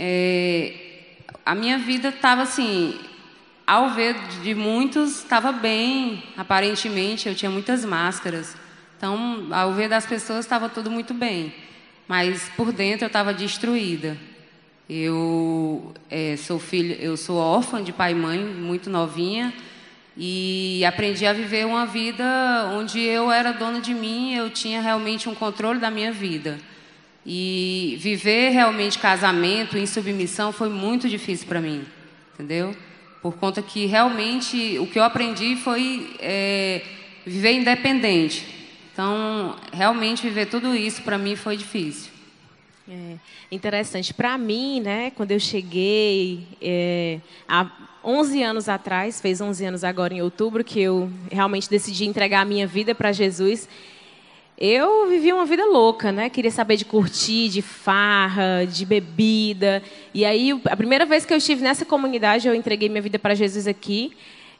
a minha vida estava assim, ao ver de muitos, estava bem. Aparentemente, eu tinha muitas máscaras. Então, ao ver das pessoas, estava tudo muito bem. Mas por dentro eu estava destruída. Eu sou órfã de pai e mãe, muito novinha. E aprendi a viver uma vida onde eu era dona de mim, eu tinha realmente um controle da minha vida. E viver realmente casamento em submissão foi muito difícil para mim, entendeu? Por conta que realmente o que eu aprendi foi viver independente. Então, realmente viver tudo isso para mim foi difícil. Interessante. Para mim, né, quando eu cheguei há 11 anos atrás, fez 11 anos agora em outubro, que eu realmente decidi entregar a minha vida para Jesus. Eu vivi uma vida louca, né? Queria saber de curtir, de farra, de bebida. E aí, a primeira vez que eu estive nessa comunidade, eu entreguei minha vida para Jesus aqui.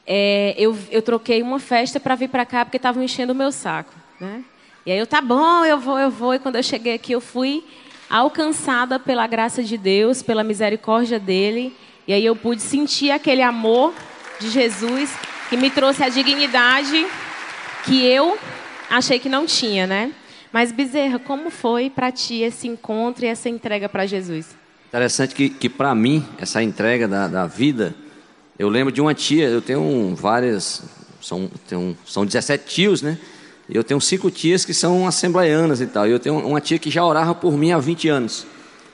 Eu troquei uma festa para vir para cá, porque estavam enchendo o meu saco, né? E aí eu, tá bom, eu vou. E quando eu cheguei aqui, eu fui alcançada pela graça de Deus, pela misericórdia dele. E aí eu pude sentir aquele amor de Jesus que me trouxe a dignidade que eu achei que não tinha, né? Mas, Bezerra, como foi para ti esse encontro e essa entrega para Jesus? Interessante que para mim, essa entrega da vida, eu lembro de uma tia, eu tenho várias, são 17 tios, né? Eu tenho 5 tias que são assembleianas e tal. E eu tenho uma tia que já orava por mim há 20 anos.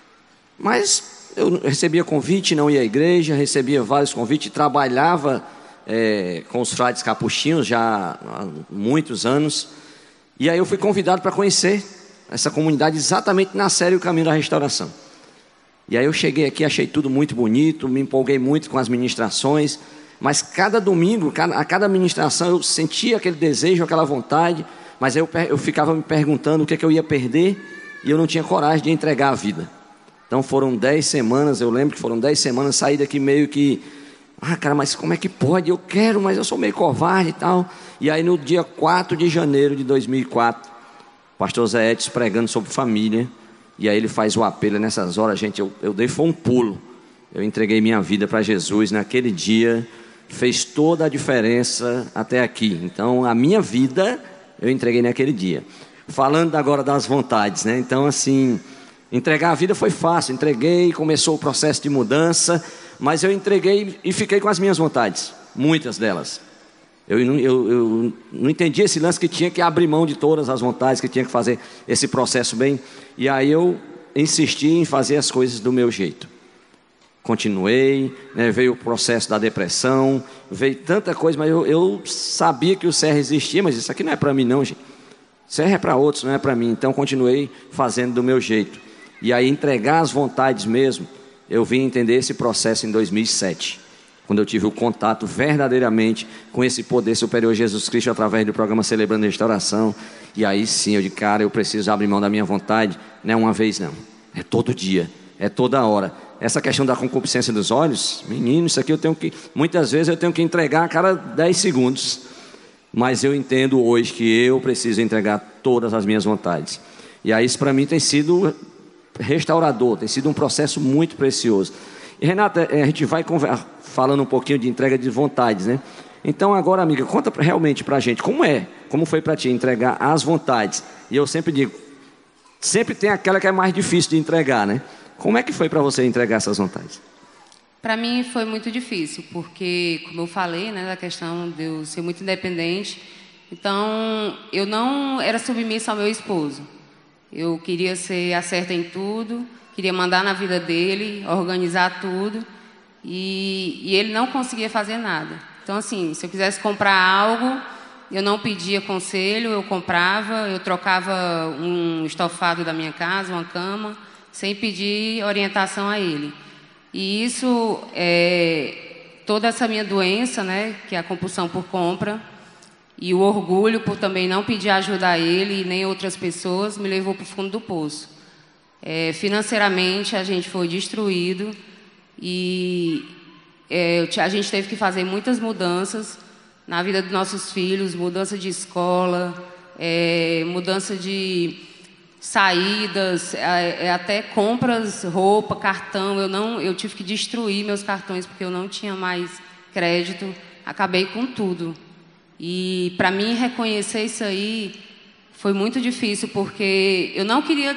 Mas eu recebia convite, não ia à igreja, recebia vários convites, trabalhava com os frades capuchinhos já há muitos anos. E aí eu fui convidado para conhecer essa comunidade exatamente na série O Caminho da Restauração. E aí eu cheguei aqui, achei tudo muito bonito, me empolguei muito com as ministrações. Mas cada domingo, a cada ministração, eu sentia aquele desejo, aquela vontade. Mas eu ficava me perguntando o que eu ia perder. E eu não tinha coragem de entregar a vida. Então foram 10 semanas, eu lembro que foram 10 semanas, saí daqui meio que Cara, mas como é que pode? Eu quero, mas eu sou meio covarde e tal. E aí no dia 4 de janeiro de 2004, o pastor Zé Edson pregando sobre família. E aí ele faz o apelo. Nessas horas, gente, eu dei foi um pulo. Eu entreguei minha vida para Jesus naquele dia. Fez toda a diferença até aqui. Então a minha vida eu entreguei naquele dia. Falando agora das vontades, né? Então assim, entregar a vida foi fácil. Entreguei, começou o processo de mudança. Mas eu entreguei e fiquei com as minhas vontades, muitas delas. Eu não entendi esse lance que tinha que abrir mão de todas as vontades, que tinha que fazer esse processo bem. E aí eu insisti em fazer as coisas do meu jeito. Continuei, né, veio o processo da depressão, veio tanta coisa, mas eu sabia que o CR existia, mas isso aqui não é para mim não, gente. CR é para outros, não é para mim. Então continuei fazendo do meu jeito. E aí entregar as vontades mesmo. Eu vim entender esse processo em 2007, quando eu tive o contato verdadeiramente com esse poder superior Jesus Cristo através do programa Celebrando a Restauração. E aí sim, eu disse, cara, eu preciso abrir mão da minha vontade. Não é uma vez não, é todo dia, é toda hora. Essa questão da concupiscência dos olhos, menino, isso aqui muitas vezes eu tenho que entregar a cada 10 segundos. Mas eu entendo hoje que eu preciso entregar todas as minhas vontades. E aí isso para mim tem sido restaurador, tem sido um processo muito precioso. E Renata, a gente vai falando um pouquinho de entrega de vontades, né? Então agora, amiga, conta realmente pra gente como foi pra ti entregar as vontades. E eu sempre digo, sempre tem aquela que é mais difícil de entregar, né? Como é que foi pra você entregar essas vontades? Para mim foi muito difícil, porque, como eu falei, né, da questão de eu ser muito independente, então eu não era submissa ao meu esposo. Eu queria ser a certa em tudo, queria mandar na vida dele, organizar tudo, e ele não conseguia fazer nada. Então, assim, se eu quisesse comprar algo, eu não pedia conselho, eu comprava, eu trocava um estofado da minha casa, uma cama, sem pedir orientação a ele. E isso, toda essa minha doença, né, que é a compulsão por compra, e o orgulho por também não pedir ajuda a ele e nem outras pessoas, me levou para o fundo do poço. Financeiramente, a gente foi destruído e a gente teve que fazer muitas mudanças na vida dos nossos filhos, mudança de escola, mudança de saídas, até compras, roupa, cartão. Eu tive que destruir meus cartões porque eu não tinha mais crédito. Acabei com tudo. E para mim reconhecer isso aí foi muito difícil, porque eu não queria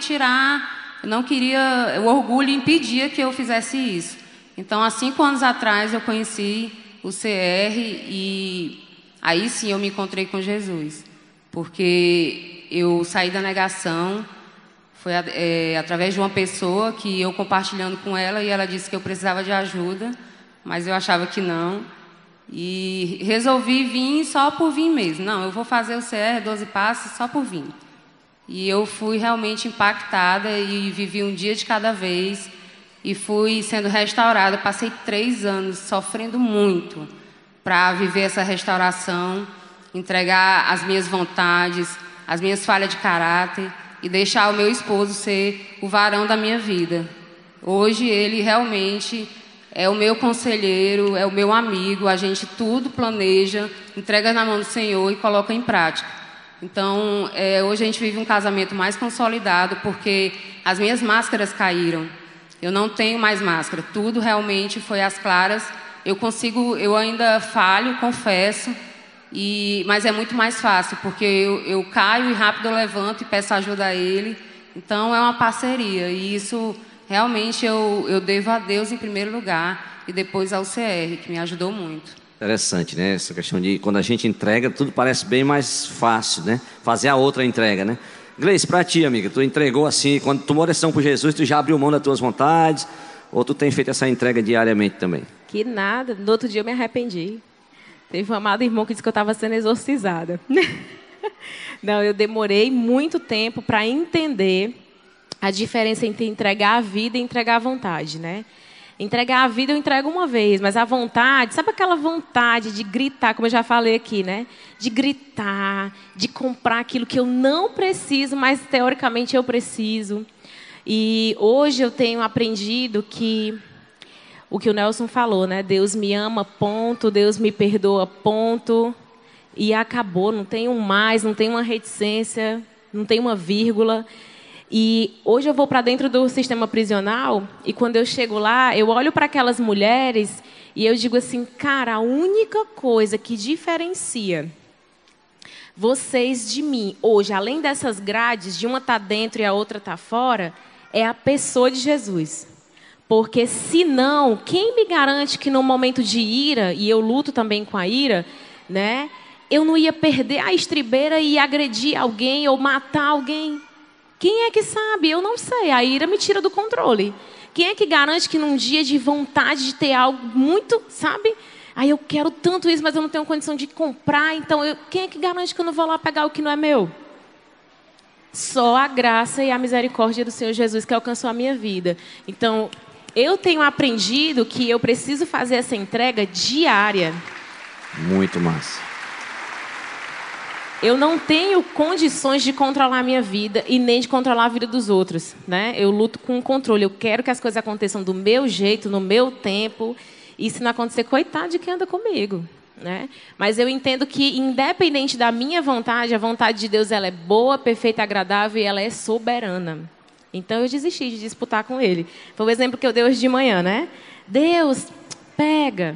o orgulho impedia que eu fizesse isso. Então, há 5 anos atrás eu conheci o CR e aí sim eu me encontrei com Jesus, porque eu saí da negação, foi através de uma pessoa que eu compartilhando com ela, e ela disse que eu precisava de ajuda, mas eu achava que não. E resolvi vir só por vir mesmo. Não, eu vou fazer o CR 12 Passos só por vir. E eu fui realmente impactada e vivi um dia de cada vez. E fui sendo restaurada. Passei 3 anos sofrendo muito para viver essa restauração, entregar as minhas vontades, as minhas falhas de caráter e deixar o meu esposo ser o varão da minha vida. Hoje ele realmente é o meu conselheiro, é o meu amigo, a gente tudo planeja, entrega na mão do Senhor e coloca em prática. Então, hoje a gente vive um casamento mais consolidado, porque as minhas máscaras caíram. Eu não tenho mais máscara, tudo realmente foi às claras. Eu ainda falho, confesso, mas é muito mais fácil, porque eu caio e rápido eu levanto e peço ajuda a ele. Então, é uma parceria, e isso realmente eu devo a Deus em primeiro lugar e depois ao CR, que me ajudou muito. Interessante, né? Essa questão de quando a gente entrega, tudo parece bem mais fácil, né? Fazer a outra entrega, né? Gleice, pra ti, amiga, tu entregou assim, quando tu tomou decisão por Jesus, tu já abriu mão das tuas vontades, ou tu tem feito essa entrega diariamente também? Que nada, no outro dia eu me arrependi. Teve um amado irmão que disse que eu estava sendo exorcizada. Não, eu demorei muito tempo para entender a diferença entre entregar a vida e entregar a vontade, né? Entregar a vida eu entrego uma vez, mas a vontade, sabe aquela vontade de gritar, como eu já falei aqui, né? De gritar, de comprar aquilo que eu não preciso, mas teoricamente eu preciso. E hoje eu tenho aprendido que o que o Nelson falou, né? Deus me ama, ponto. Deus me perdoa, ponto. E acabou, não tem um mais, não tem uma reticência, não tem uma vírgula. E hoje eu vou para dentro do sistema prisional e quando eu chego lá, eu olho para aquelas mulheres e eu digo assim, cara, a única coisa que diferencia vocês de mim hoje, além dessas grades, de uma estar dentro e a outra estar fora, é a pessoa de Jesus. Porque senão, quem me garante que no momento de ira, e eu luto também com a ira, né, eu não ia perder a estribeira e agredir alguém ou matar alguém? Quem é que sabe? Eu não sei. A ira me tira do controle. Quem é que garante que num dia de vontade de ter algo muito, sabe? Aí eu quero tanto isso, mas eu não tenho condição de comprar. Então, quem é que garante que eu não vou lá pegar o que não é meu? Só a graça e a misericórdia do Senhor Jesus que alcançou a minha vida. Então, eu tenho aprendido que eu preciso fazer essa entrega diária. Muito massa. Eu não tenho condições de controlar a minha vida e nem de controlar a vida dos outros, né? Eu luto com o controle. Eu quero que as coisas aconteçam do meu jeito, no meu tempo. E se não acontecer, coitado de quem anda comigo, né? Mas eu entendo que, independente da minha vontade, a vontade de Deus ela é boa, perfeita, agradável e ela é soberana. Então eu desisti de disputar com Ele. Foi o exemplo que eu dei hoje de manhã, né? Deus, pega,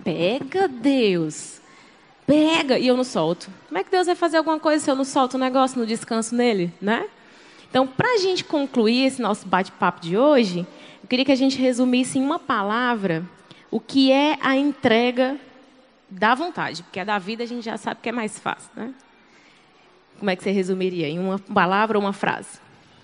Deus. Pega, e eu não solto. Como é que Deus vai fazer alguma coisa se eu não solto o negócio, não descanso nele, né? Então, para a gente concluir esse nosso bate-papo de hoje, eu queria que a gente resumisse em uma palavra o que é a entrega da vontade. Porque a da vida a gente já sabe que é mais fácil, né? Como é que você resumiria? Em uma palavra ou uma frase?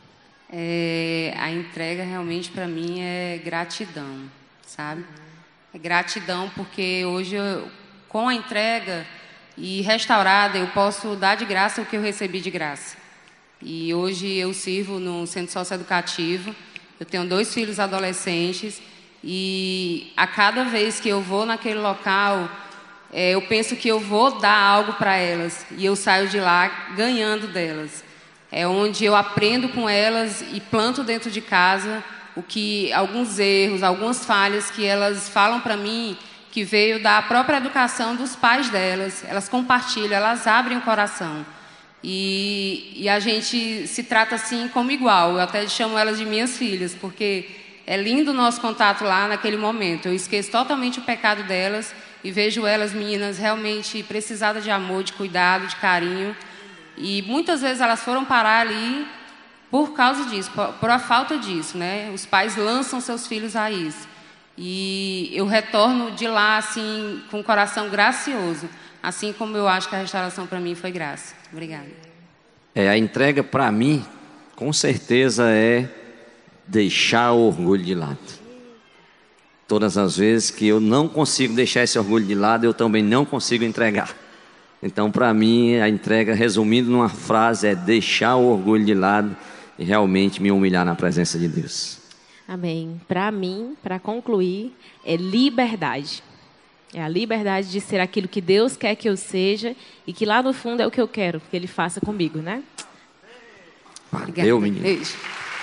A entrega realmente para mim é gratidão, sabe? É gratidão porque hoje com a entrega e restaurada, eu posso dar de graça o que eu recebi de graça. E hoje eu sirvo no centro socioeducativo, eu tenho 2 filhos adolescentes e a cada vez que eu vou naquele local, eu penso que eu vou dar algo para elas e eu saio de lá ganhando delas. É onde eu aprendo com elas e planto dentro de casa alguns erros, algumas falhas que elas falam para mim que veio da própria educação dos pais delas. Elas compartilham, elas abrem o coração. E a gente se trata assim como igual. Eu até chamo elas de minhas filhas, porque é lindo o nosso contato lá naquele momento. Eu esqueço totalmente o pecado delas e vejo elas, meninas, realmente precisadas de amor, de cuidado, de carinho. E muitas vezes elas foram parar ali por causa disso, por a falta disso, né? Os pais lançam seus filhos a isso. E eu retorno de lá assim com o coração gracioso, assim como eu acho que a restauração para mim foi graça. Obrigada. A entrega para mim, com certeza, é deixar o orgulho de lado. Todas as vezes que eu não consigo deixar esse orgulho de lado, eu também não consigo entregar. Então, para mim, a entrega, resumindo numa frase, é deixar o orgulho de lado e realmente me humilhar na presença de Deus. Amém. Para mim, para concluir, é liberdade. É a liberdade de ser aquilo que Deus quer que eu seja e que lá no fundo é o que eu quero que Ele faça comigo, né? Valeu, menino. Beijo.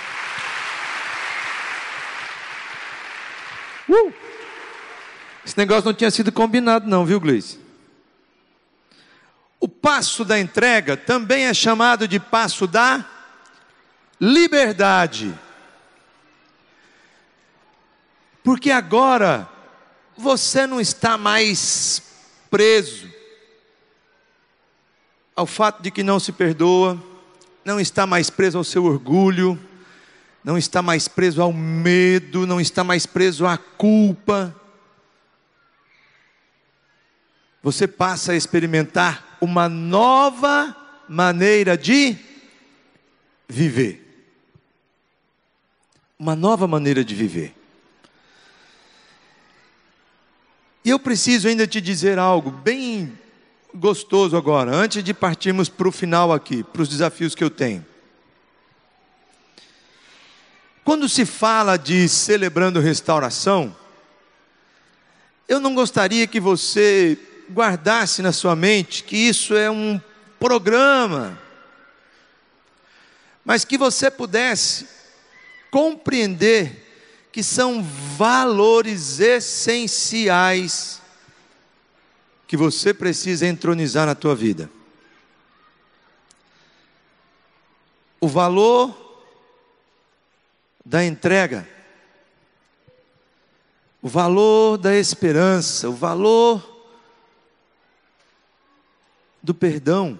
Esse negócio não tinha sido combinado não, viu, Gleice? O passo da entrega também é chamado de passo da liberdade. Porque agora você não está mais preso ao fato de que não se perdoa, não está mais preso ao seu orgulho, não está mais preso ao medo, não está mais preso à culpa. Você passa a experimentar uma nova maneira de viver. Uma nova maneira de viver. E eu preciso ainda te dizer algo bem gostoso agora, antes de partirmos para o final aqui, para os desafios que eu tenho. Quando se fala de celebrando restauração, eu não gostaria que você guardasse na sua mente que isso é um programa, mas que você pudesse compreender que são valores essenciais que você precisa entronizar na tua vida. O valor da entrega, o valor da esperança, o valor do perdão.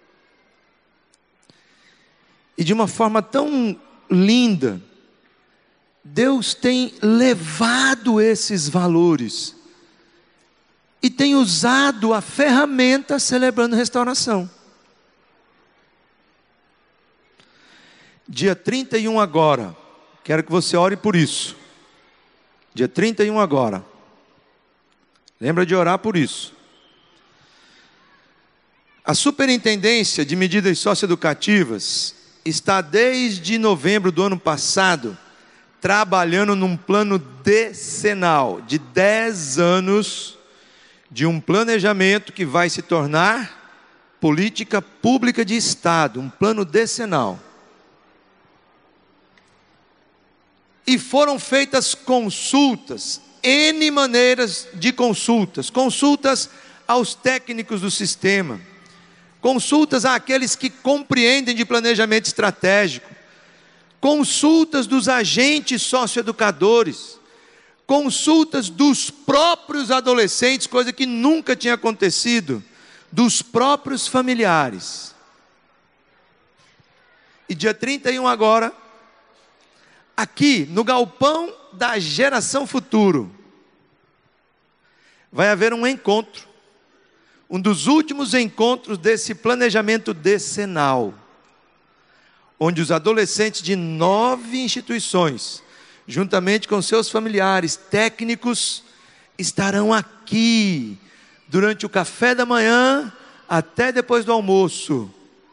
E de uma forma tão linda, Deus tem levado esses valores e tem usado a ferramenta celebrando restauração. Dia 31 agora, quero que você ore por isso. Dia 31 agora. Lembra de orar por isso. A Superintendência de Medidas Socioeducativas está desde novembro do ano passado trabalhando num plano decenal de 10 anos de um planejamento que vai se tornar política pública de Estado, um plano decenal. E foram feitas consultas, N maneiras de consultas, consultas aos técnicos do sistema, consultas àqueles que compreendem de planejamento estratégico, consultas dos agentes socioeducadores, consultas dos próprios adolescentes, coisa que nunca tinha acontecido, dos próprios familiares. E dia 31 agora, aqui no galpão da Geração Futuro, vai haver um encontro, um dos últimos encontros desse planejamento decenal, onde os adolescentes de 9 instituições, juntamente com seus familiares técnicos, estarão aqui, durante o café da manhã, até depois do almoço,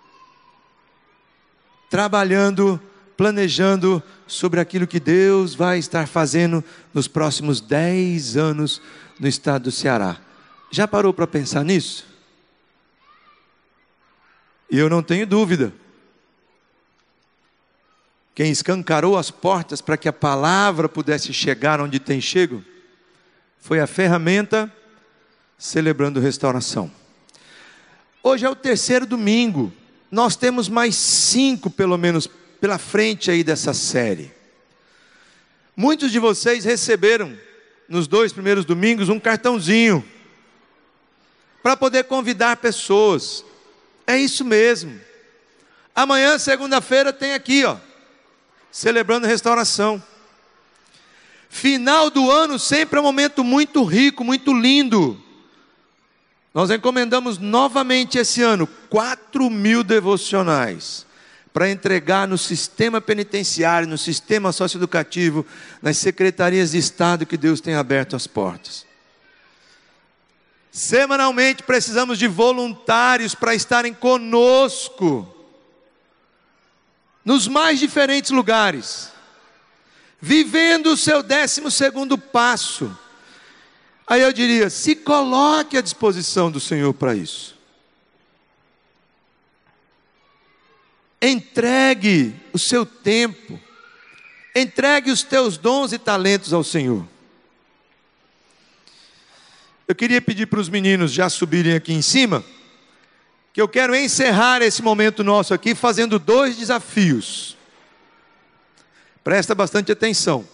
trabalhando, planejando sobre aquilo que Deus vai estar fazendo nos próximos 10 anos no estado do Ceará. Já parou para pensar nisso? E eu não tenho dúvida. Quem escancarou as portas para que a palavra pudesse chegar onde tem chego, foi a ferramenta celebrando restauração. Hoje é o 3º domingo. Nós temos mais 5 pelo menos pela frente aí dessa série. Muitos de vocês receberam nos 2 primeiros domingos um cartãozinho para poder convidar pessoas. É isso mesmo. Amanhã, segunda-feira, tem aqui, celebrando restauração. Final do ano sempre é um momento muito rico, muito lindo. Nós encomendamos novamente esse ano 4.000 devocionais para entregar no sistema penitenciário, no sistema socioeducativo, nas secretarias de Estado que Deus tem aberto as portas. Semanalmente precisamos de voluntários para estarem conosco nos mais diferentes lugares, vivendo o seu 12º passo. Aí eu diria, se coloque à disposição do Senhor para isso. Entregue o seu tempo, entregue os teus dons e talentos ao Senhor. Eu queria pedir para os meninos já subirem aqui em cima, que eu quero encerrar esse momento nosso aqui fazendo 2 desafios. Presta bastante atenção.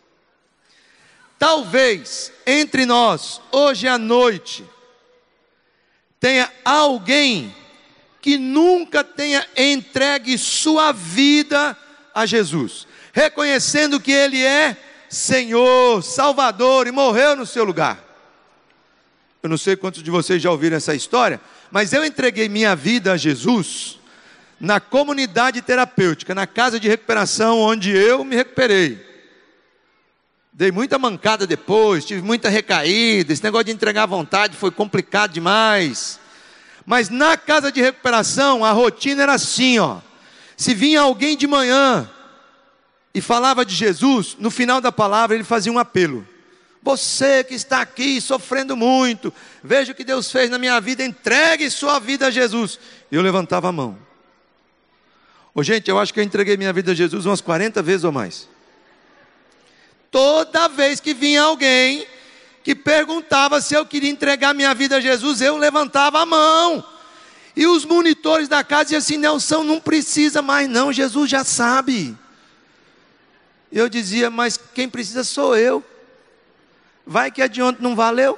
Talvez entre nós, hoje à noite, tenha alguém que nunca tenha entregue sua vida a Jesus, reconhecendo que Ele é Senhor, Salvador e morreu no seu lugar. Eu não sei quantos de vocês já ouviram essa história, mas eu entreguei minha vida a Jesus na comunidade terapêutica, na casa de recuperação onde eu me recuperei. Dei muita mancada depois, tive muita recaída, esse negócio de entregar à vontade foi complicado demais. Mas na casa de recuperação, a rotina era assim, se vinha alguém de manhã e falava de Jesus, no final da palavra ele fazia um apelo. Você que está aqui sofrendo muito, veja o que Deus fez na minha vida, entregue sua vida a Jesus. E eu levantava a mão. Gente, eu acho que eu entreguei minha vida a Jesus umas 40 vezes ou mais. Toda vez que vinha alguém que perguntava se eu queria entregar minha vida a Jesus, eu levantava a mão. E os monitores da casa diziam assim: Nelson, não precisa mais não, Jesus já sabe. Eu dizia: mas quem precisa sou eu. Vai que de ontem não valeu?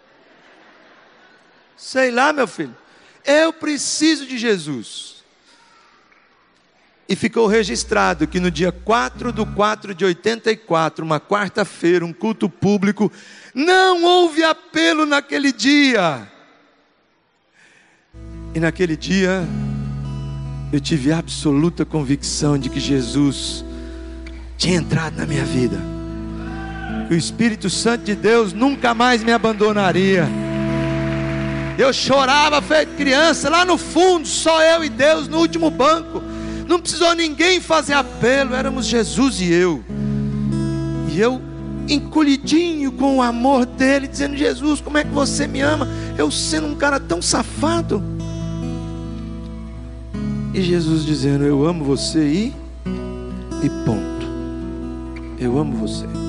Sei lá, meu filho. Eu preciso de Jesus. E ficou registrado que no dia 4/4/84, uma quarta-feira, um culto público, não houve apelo naquele dia. E naquele dia, eu tive absoluta convicção de que Jesus tinha entrado na minha vida. Que o Espírito Santo de Deus nunca mais me abandonaria. Eu chorava feito criança, lá no fundo, só eu e Deus, no último banco. Não precisou ninguém fazer apelo, éramos Jesus e eu. E eu, encolhidinho com o amor dele, dizendo: Jesus, como é que você me ama? Eu sendo um cara tão safado. E Jesus dizendo: eu amo você e ponto. Eu amo você.